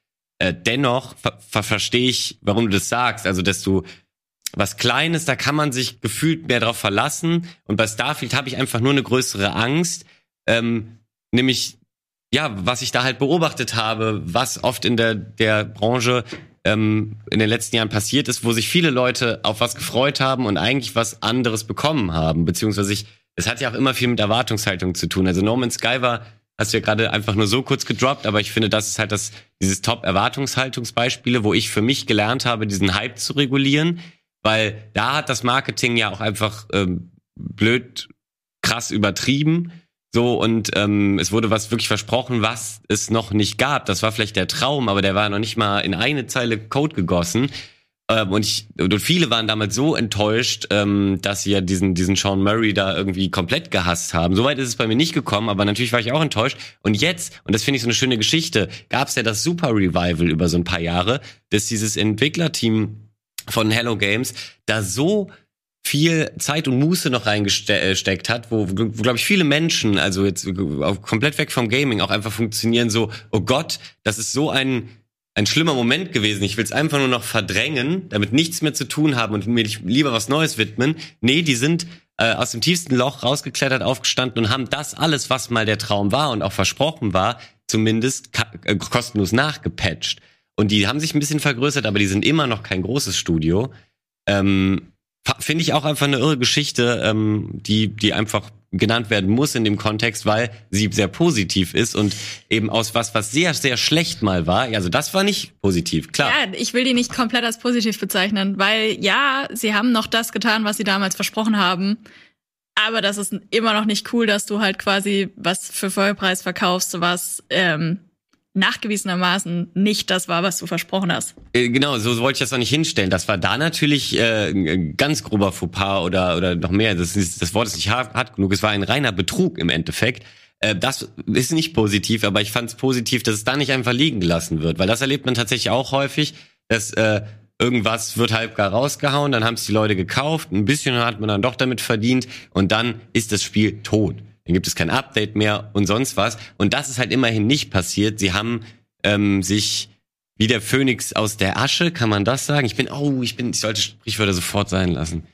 Äh, dennoch ver- ver- verstehe ich, warum du das sagst. Also, dass du was Kleines, da kann man sich gefühlt mehr drauf verlassen. Und bei Starfield habe ich einfach nur eine größere Angst. Ähm, nämlich, ja, was ich da halt beobachtet habe, was oft in der, der Branche ähm, in den letzten Jahren passiert ist, wo sich viele Leute auf was gefreut haben und eigentlich was anderes bekommen haben. Beziehungsweise, ich, es hat ja auch immer viel mit Erwartungshaltung zu tun. Also No Man's Sky war, hast du ja gerade einfach nur so kurz gedroppt, aber ich finde, das ist halt das, dieses Top-Erwartungshaltungsbeispiele, wo ich für mich gelernt habe, diesen Hype zu regulieren. Weil da hat das Marketing ja auch einfach ähm, blöd krass übertrieben. So, und ähm, es wurde was wirklich versprochen, was es noch nicht gab. Das war vielleicht der Traum, aber der war noch nicht mal in eine Zeile Code gegossen. Ähm, und, ich, und viele waren damals so enttäuscht, ähm, dass sie ja diesen, diesen Sean Murray da irgendwie komplett gehasst haben. Soweit ist es bei mir nicht gekommen, aber natürlich war ich auch enttäuscht. Und jetzt, und das finde ich so eine schöne Geschichte, gab es ja das Super Revival über so ein paar Jahre, dass dieses Entwicklerteam von Hello Games da so viel Zeit und Muße noch reingesteckt hat, wo, wo glaube ich, viele Menschen, also jetzt komplett weg vom Gaming, auch einfach funktionieren so, oh Gott, das ist so ein ein schlimmer Moment gewesen, ich will es einfach nur noch verdrängen, damit nichts mehr zu tun haben und mir lieber was Neues widmen. Nee, die sind äh, aus dem tiefsten Loch rausgeklettert, aufgestanden und haben das alles, was mal der Traum war und auch versprochen war, zumindest ka- äh, kostenlos nachgepatcht. Und die haben sich ein bisschen vergrößert, aber die sind immer noch kein großes Studio. Ähm, Finde ich auch einfach eine irre Geschichte, ähm, die die einfach genannt werden muss in dem Kontext, weil sie sehr positiv ist und eben aus was, was sehr, sehr schlecht mal war. Also das war nicht positiv, klar. Ja, ich will die nicht komplett als positiv bezeichnen, weil ja, sie haben noch das getan, was sie damals versprochen haben. Aber das ist immer noch nicht cool, dass du halt quasi was für Vollpreis verkaufst, was ähm, nachgewiesenermaßen nicht das war, was du versprochen hast. Äh, genau, so wollte ich das auch nicht hinstellen. Das war da natürlich äh, ein ganz grober Fauxpas oder oder noch mehr. Das, ist, das Wort ist nicht hart, hart genug. Es war ein reiner Betrug im Endeffekt. Äh, das ist nicht positiv, aber ich fand es positiv, dass es da nicht einfach liegen gelassen wird. Weil das erlebt man tatsächlich auch häufig, dass äh, irgendwas wird halbgar rausgehauen, dann haben es die Leute gekauft, ein bisschen hat man dann doch damit verdient und dann ist das Spiel tot. Dann gibt es kein Update mehr und sonst was. Und das ist halt immerhin nicht passiert. Sie haben ähm, sich wie der Phönix aus der Asche, kann man das sagen? Ich bin, oh, ich bin, ich sollte Sprichwörter sofort sein lassen.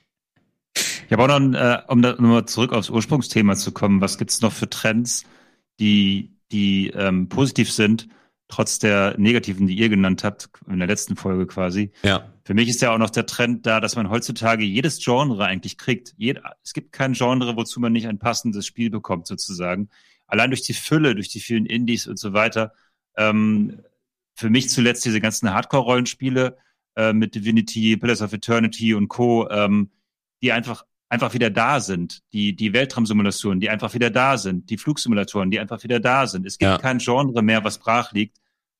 Ich habe auch noch, äh, um da nochmal zurück aufs Ursprungsthema zu kommen, was gibt's noch für Trends, die, die ähm, positiv sind, trotz der negativen, die ihr genannt habt, in der letzten Folge quasi. Ja. Für mich ist ja auch noch der Trend da, dass man heutzutage jedes Genre eigentlich kriegt. Jed- es gibt kein Genre, wozu man nicht ein passendes Spiel bekommt, sozusagen. Allein durch die Fülle, durch die vielen Indies und so weiter. Ähm, für mich zuletzt diese ganzen Hardcore-Rollenspiele äh, mit Divinity, Pillars of Eternity und Co., ähm, die einfach einfach wieder da sind. Die die Weltraumsimulationen, die einfach wieder da sind. Die Flugsimulatoren, die einfach wieder da sind. Es gibt Ja. kein Genre mehr, was brach liegt,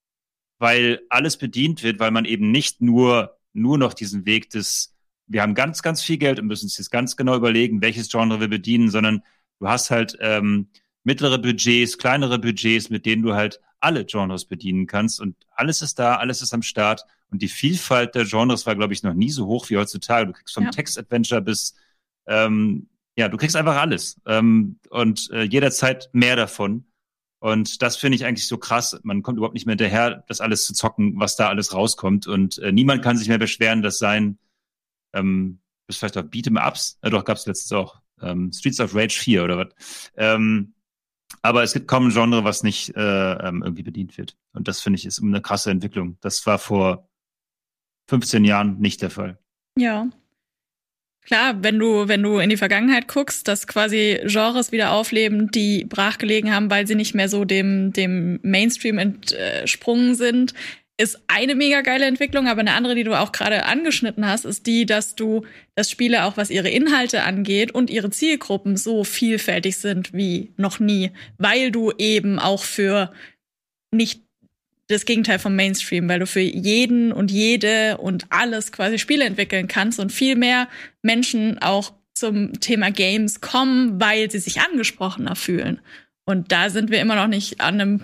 weil alles bedient wird, weil man eben nicht nur nur noch diesen Weg des, wir haben ganz, ganz viel Geld und müssen uns jetzt ganz genau überlegen, welches Genre wir bedienen, sondern du hast halt ähm, mittlere Budgets, kleinere Budgets, mit denen du halt alle Genres bedienen kannst und alles ist da, alles ist am Start und die Vielfalt der Genres war, glaube ich, noch nie so hoch wie heutzutage. Du kriegst vom Ja. Text-Adventure bis, ähm, ja, du kriegst einfach alles ähm, und äh, jederzeit mehr davon. Und das finde ich eigentlich so krass. Man kommt überhaupt nicht mehr hinterher, das alles zu zocken, was da alles rauskommt. Und äh, niemand kann sich mehr beschweren, dass sein, ähm, das vielleicht auch Beat'em-Ups, äh, doch, gab's letztens auch, ähm, Streets of Rage vier oder was. Ähm, aber es gibt kaum ein Genre, was nicht äh, ähm, irgendwie bedient wird. Und das finde ich ist eine krasse Entwicklung. Das war vor fünfzehn Jahren nicht der Fall. Ja. Klar, wenn du, wenn du in die Vergangenheit guckst, dass quasi Genres wieder aufleben, die brachgelegen haben, weil sie nicht mehr so dem, dem Mainstream entsprungen sind, ist eine mega geile Entwicklung. Aber eine andere, die du auch gerade angeschnitten hast, ist die, dass du, dass Spiele auch was ihre Inhalte angeht und ihre Zielgruppen so vielfältig sind wie noch nie, weil du eben auch für nicht das Gegenteil vom Mainstream, weil du für jeden und jede und alles quasi Spiele entwickeln kannst und viel mehr Menschen auch zum Thema Games kommen, weil sie sich angesprochener fühlen. Und da sind wir immer noch nicht an einem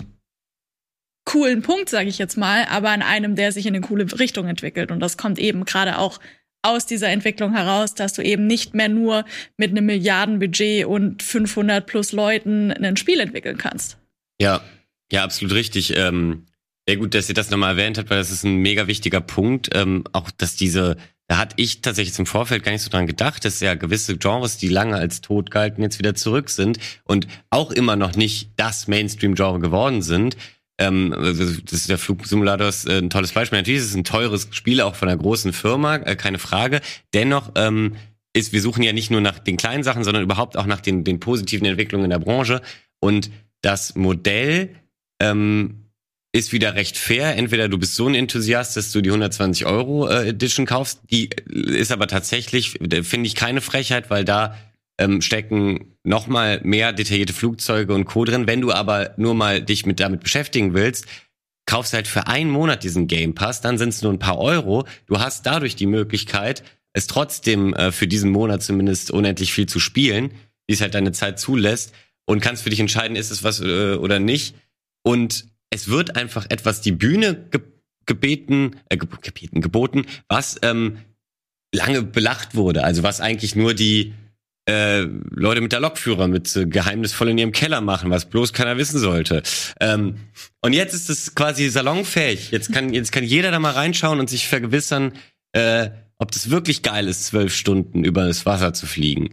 coolen Punkt, sage ich jetzt mal, aber an einem, der sich in eine coole Richtung entwickelt. Und das kommt eben gerade auch aus dieser Entwicklung heraus, dass du eben nicht mehr nur mit einem Milliardenbudget und fünfhundert plus Leuten ein Spiel entwickeln kannst. Ja, ja, absolut richtig. Ähm Ja gut, dass ihr das nochmal erwähnt habt, weil das ist ein mega wichtiger Punkt. Ähm, auch, dass diese, da hatte ich tatsächlich im Vorfeld gar nicht so dran gedacht, dass ja gewisse Genres, die lange als tot galten, jetzt wieder zurück sind und auch immer noch nicht das Mainstream-Genre geworden sind. Ähm, das ist der Flugsimulator ist ein tolles Beispiel. Natürlich ist es ein teures Spiel, auch von einer großen Firma, äh, keine Frage. Dennoch ähm, ist, wir suchen ja nicht nur nach den kleinen Sachen, sondern überhaupt auch nach den, den positiven Entwicklungen in der Branche. Und das Modell ähm, ist wieder recht fair. Entweder du bist so ein Enthusiast, dass du die hundertzwanzig Euro äh, Edition kaufst. Die ist aber tatsächlich, finde ich, keine Frechheit, weil da ähm, stecken noch mal mehr detaillierte Flugzeuge und Co. drin. Wenn du aber nur mal dich mit damit beschäftigen willst, kaufst halt für einen Monat diesen Game Pass, dann sind es nur ein paar Euro. Du hast dadurch die Möglichkeit, es trotzdem äh, für diesen Monat zumindest unendlich viel zu spielen, wie es halt deine Zeit zulässt, und kannst für dich entscheiden, ist es was äh, oder nicht. Und es wird einfach etwas die Bühne ge- gebeten, äh, ge- gebeten, geboten, was ähm, lange belacht wurde. Also was eigentlich nur die äh, Leute mit der Lokführermütze äh, geheimnisvoll in ihrem Keller machen, was bloß keiner wissen sollte. Ähm, und jetzt ist es quasi salonfähig. Jetzt kann jetzt kann jeder da mal reinschauen und sich vergewissern, äh, ob das wirklich geil ist, zwölf Stunden über das Wasser zu fliegen.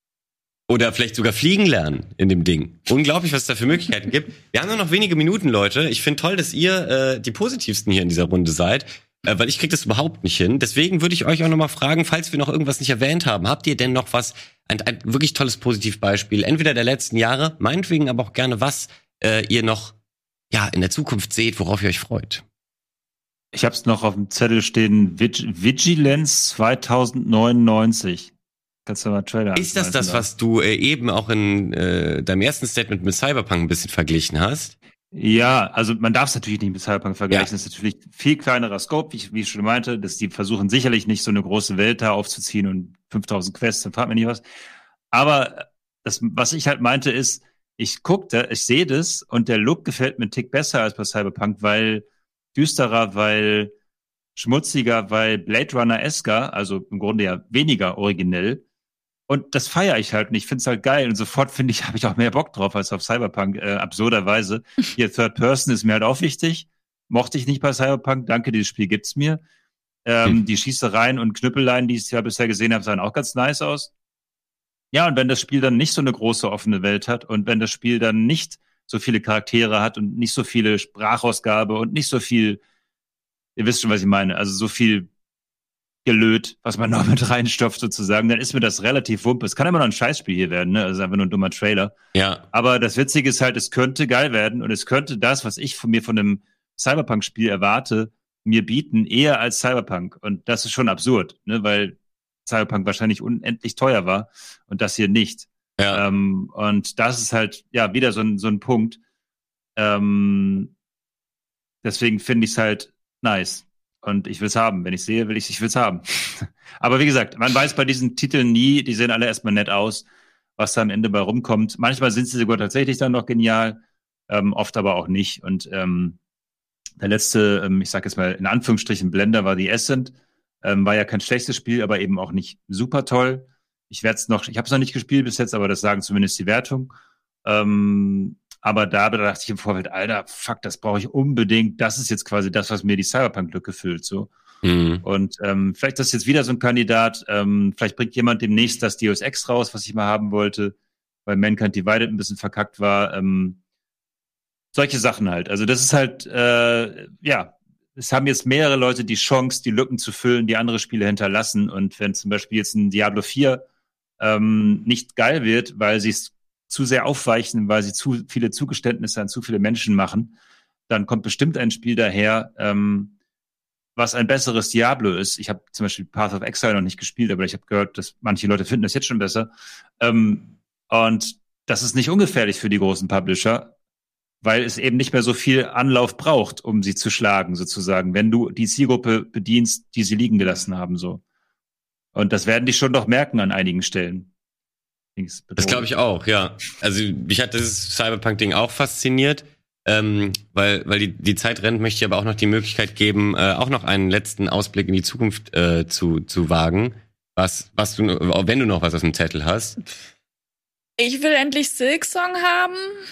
Oder vielleicht sogar fliegen lernen in dem Ding. Unglaublich, was es da für Möglichkeiten gibt. Wir haben nur noch wenige Minuten, Leute. Ich finde toll, dass ihr äh, die positivsten hier in dieser Runde seid, äh, weil ich krieg das überhaupt nicht hin. Deswegen würde ich euch auch noch mal fragen, falls wir noch irgendwas nicht erwähnt haben, habt ihr denn noch was, ein, ein wirklich tolles Positivbeispiel, entweder der letzten Jahre, meinetwegen aber auch gerne, was äh, ihr noch ja in der Zukunft seht, worauf ihr euch freut? Ich habe es noch auf dem Zettel stehen, Vig- Vigilance zweitausendneunundneunzig. Kannst du mal Trailer Ist das das, was du äh, eben auch in äh, deinem ersten Statement mit Cyberpunk ein bisschen verglichen hast? Ja, also man darf es natürlich nicht mit Cyberpunk vergleichen. Ja. Das ist natürlich viel kleinerer Scope, wie ich, wie ich schon meinte. Dass die versuchen sicherlich nicht so eine große Welt da aufzuziehen und fünftausend Quests, dann fragt mir nicht was. Aber das, was ich halt meinte, ist, ich guckte, ich sehe das und der Look gefällt mir einen Tick besser als bei Cyberpunk, weil düsterer, weil schmutziger, weil Blade Runner-esker, also im Grunde ja weniger originell. Und das feiere ich halt nicht. Ich finde es halt geil. Und sofort, finde ich, habe ich auch mehr Bock drauf als auf Cyberpunk, äh, absurderweise. Hier Third Person ist mir halt auch wichtig. Mochte ich nicht bei Cyberpunk. Danke, dieses Spiel gibt's mir. Ähm, hm. Die Schießereien und Knüppeleien, die ich ja bisher gesehen habe, sahen auch ganz nice aus. Ja, und wenn das Spiel dann nicht so eine große offene Welt hat und wenn das Spiel dann nicht so viele Charaktere hat und nicht so viele Sprachausgabe und nicht so viel, ihr wisst schon, was ich meine, also so viel Gelöt, was man noch mit reinstopft sozusagen, dann ist mir das relativ wumpe. Es kann immer noch ein Scheißspiel hier werden, ne? Also einfach nur ein dummer Trailer. Ja. Aber das Witzige ist halt, es könnte geil werden und es könnte das, was ich von mir von einem Cyberpunk-Spiel erwarte, mir bieten, eher als Cyberpunk. Und das ist schon absurd, ne? Weil Cyberpunk wahrscheinlich unendlich teuer war und das hier nicht. Ja. Ähm, und das ist halt, ja, wieder so ein, so ein Punkt. Ähm, deswegen finde ich es halt nice. Und ich will's haben. Wenn ich sehe, will ich ich will's haben. Aber wie gesagt, man weiß bei diesen Titeln nie, die sehen alle erstmal nett aus, was da am Ende bei rumkommt. Manchmal sind sie sogar tatsächlich dann noch genial, ähm, oft aber auch nicht. Und ähm, der letzte, ähm, ich sag jetzt mal in Anführungsstrichen Blender, war The Ascent. Ähm, war ja kein schlechtes Spiel, aber eben auch nicht super toll. Ich werde es noch, ich habe es noch nicht gespielt bis jetzt, aber das sagen zumindest die Wertung. Ähm, Aber da dachte ich im Vorfeld, Alter, fuck, das brauche ich unbedingt. Das ist jetzt quasi das, was mir die Cyberpunk-Lücke füllt. So. Mhm. Und ähm, vielleicht ist das jetzt wieder so ein Kandidat. Ähm, vielleicht bringt jemand demnächst das Deus Ex raus, was ich mal haben wollte, weil Mankind Divided ein bisschen verkackt war. Ähm, solche Sachen halt. Also das ist halt, äh, ja, es haben jetzt mehrere Leute die Chance, die Lücken zu füllen, die andere Spiele hinterlassen. Und wenn zum Beispiel jetzt ein Diablo vier ähm, nicht geil wird, weil sie es zu sehr aufweichen, weil sie zu viele Zugeständnisse an zu viele Menschen machen, dann kommt bestimmt ein Spiel daher, ähm, was ein besseres Diablo ist. Ich habe zum Beispiel Path of Exile noch nicht gespielt, aber ich habe gehört, dass manche Leute finden das jetzt schon besser. Ähm, und das ist nicht ungefährlich für die großen Publisher, weil es eben nicht mehr so viel Anlauf braucht, um sie zu schlagen, sozusagen, wenn du die Zielgruppe bedienst, die sie liegen gelassen haben, so. Und das werden die schon doch merken an einigen Stellen. Das glaube ich auch, ja. Also mich hat das Cyberpunk-Ding auch fasziniert, ähm, weil weil die die Zeit rennt, möchte ich aber auch noch die Möglichkeit geben, äh, auch noch einen letzten Ausblick in die Zukunft äh, zu zu wagen. Was was du, wenn du noch was auf dem Zettel hast. Ich will endlich Silksong haben.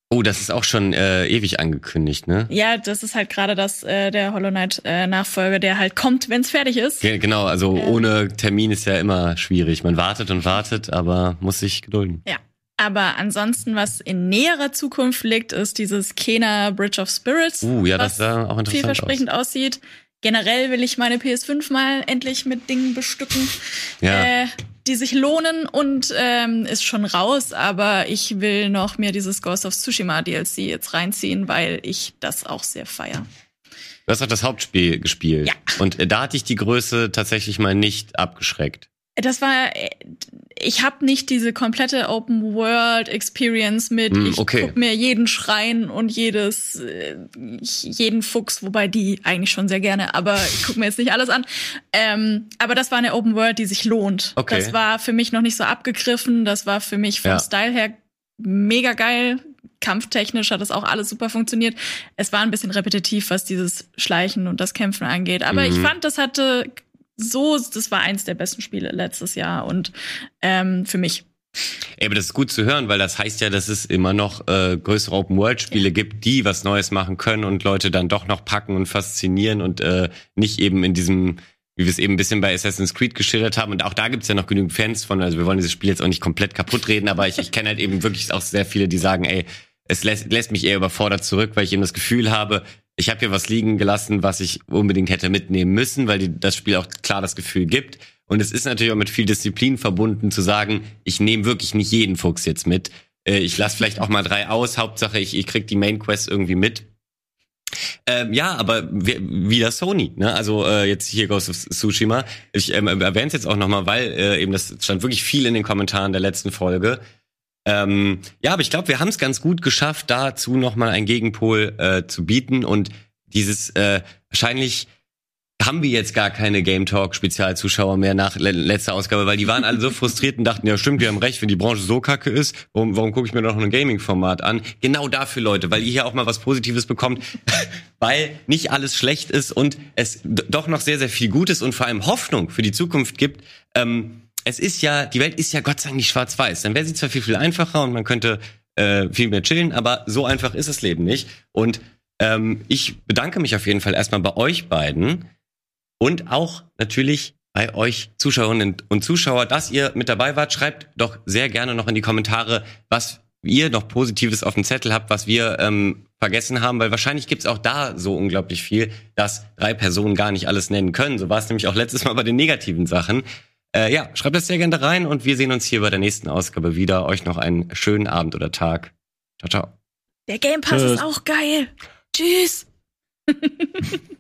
Oh, das ist auch schon äh, ewig angekündigt, ne? Ja, das ist halt gerade das äh, der Hollow Knight äh, Nachfolger, der halt kommt, wenn es fertig ist. Ge- genau, also Ähm. ohne Termin ist ja immer schwierig. Man wartet und wartet, aber muss sich gedulden. Ja. Aber ansonsten, was in näherer Zukunft liegt, ist dieses Kena Bridge of Spirits. Uh, ja, das was sah auch interessant vielversprechend aus. aussieht. Generell will ich meine P S fünf mal endlich mit Dingen bestücken, Ja. äh, die sich lohnen und ähm, ist schon raus, aber ich will noch mir dieses Ghost of Tsushima D L C jetzt reinziehen, weil ich das auch sehr feier. Du hast auch das Hauptspiel gespielt. Ja. Und äh, da hatte ich die Größe tatsächlich mal nicht abgeschreckt. Das war, ich habe nicht diese komplette Open World Experience mit, Mm, ich okay. guck mir jeden Schrein und jedes, äh, jeden Fuchs, wobei die eigentlich schon sehr gerne, aber ich guck mir jetzt nicht alles an. Ähm, aber das war eine Open World, die sich lohnt. Okay. Das war für mich noch nicht so abgegriffen, das war für mich vom Ja. Style her mega geil. Kampftechnisch hat das auch alles super funktioniert. Es war ein bisschen repetitiv, was dieses Schleichen und das Kämpfen angeht, aber Mhm. ich fand, das hatte so, das war eins der besten Spiele letztes Jahr und ähm, für mich. Ey, aber das ist gut zu hören, weil das heißt ja, dass es immer noch äh, größere Open-World-Spiele gibt, die was Neues machen können und Leute dann doch noch packen und faszinieren und äh, nicht eben in diesem, wie wir es eben ein bisschen bei Assassin's Creed geschildert haben. Und auch da gibt's ja noch genügend Fans von. Also wir wollen dieses Spiel jetzt auch nicht komplett kaputt reden, aber ich, ich kenne halt eben wirklich auch sehr viele, die sagen, ey, es lässt, lässt mich eher überfordert zurück, weil ich eben das Gefühl habe, ich habe hier was liegen gelassen, was ich unbedingt hätte mitnehmen müssen, weil die, das Spiel auch klar das Gefühl gibt. Und es ist natürlich auch mit viel Disziplin verbunden, zu sagen, ich nehme wirklich nicht jeden Fuchs jetzt mit. Äh, ich lasse vielleicht auch mal drei aus. Hauptsache, ich, ich krieg die Main Quest irgendwie mit. Ähm, ja, aber wie- wieder Sony, ne? Also äh, jetzt hier Ghost of Tsushima. Ich ähm, erwähne es jetzt auch nochmal, weil äh, eben das stand wirklich viel in den Kommentaren der letzten Folge. Ähm, ja, aber ich glaube, wir haben es ganz gut geschafft, dazu nochmal einen Gegenpol äh, zu bieten. Und dieses, äh, wahrscheinlich haben wir jetzt gar keine Game Talk Spezialzuschauer mehr nach le- letzter Ausgabe, weil die waren alle so frustriert und dachten, ja stimmt, wir haben recht, wenn die Branche so kacke ist, warum, warum gucke ich mir noch ein Gaming-Format an? Genau dafür, Leute, weil ihr hier auch mal was Positives bekommt, weil nicht alles schlecht ist und es d- doch noch sehr, sehr viel Gutes und vor allem Hoffnung für die Zukunft gibt. Ähm, es ist ja, die Welt ist ja Gott sei Dank nicht schwarz-weiß. Dann wäre sie zwar viel, viel einfacher und man könnte äh, viel mehr chillen, aber so einfach ist das Leben nicht. Und ähm, ich bedanke mich auf jeden Fall erstmal bei euch beiden und auch natürlich bei euch Zuschauerinnen und Zuschauer, dass ihr mit dabei wart. Schreibt doch sehr gerne noch in die Kommentare, was ihr noch Positives auf dem Zettel habt, was wir ähm, vergessen haben, weil wahrscheinlich gibt's auch da so unglaublich viel, dass drei Personen gar nicht alles nennen können. So war es nämlich auch letztes Mal bei den negativen Sachen. Äh, ja, schreibt das sehr gerne da rein und wir sehen uns hier bei der nächsten Ausgabe wieder. Euch noch einen schönen Abend oder Tag. Ciao, ciao. Der Game Pass Tschüss. ist auch geil. Tschüss.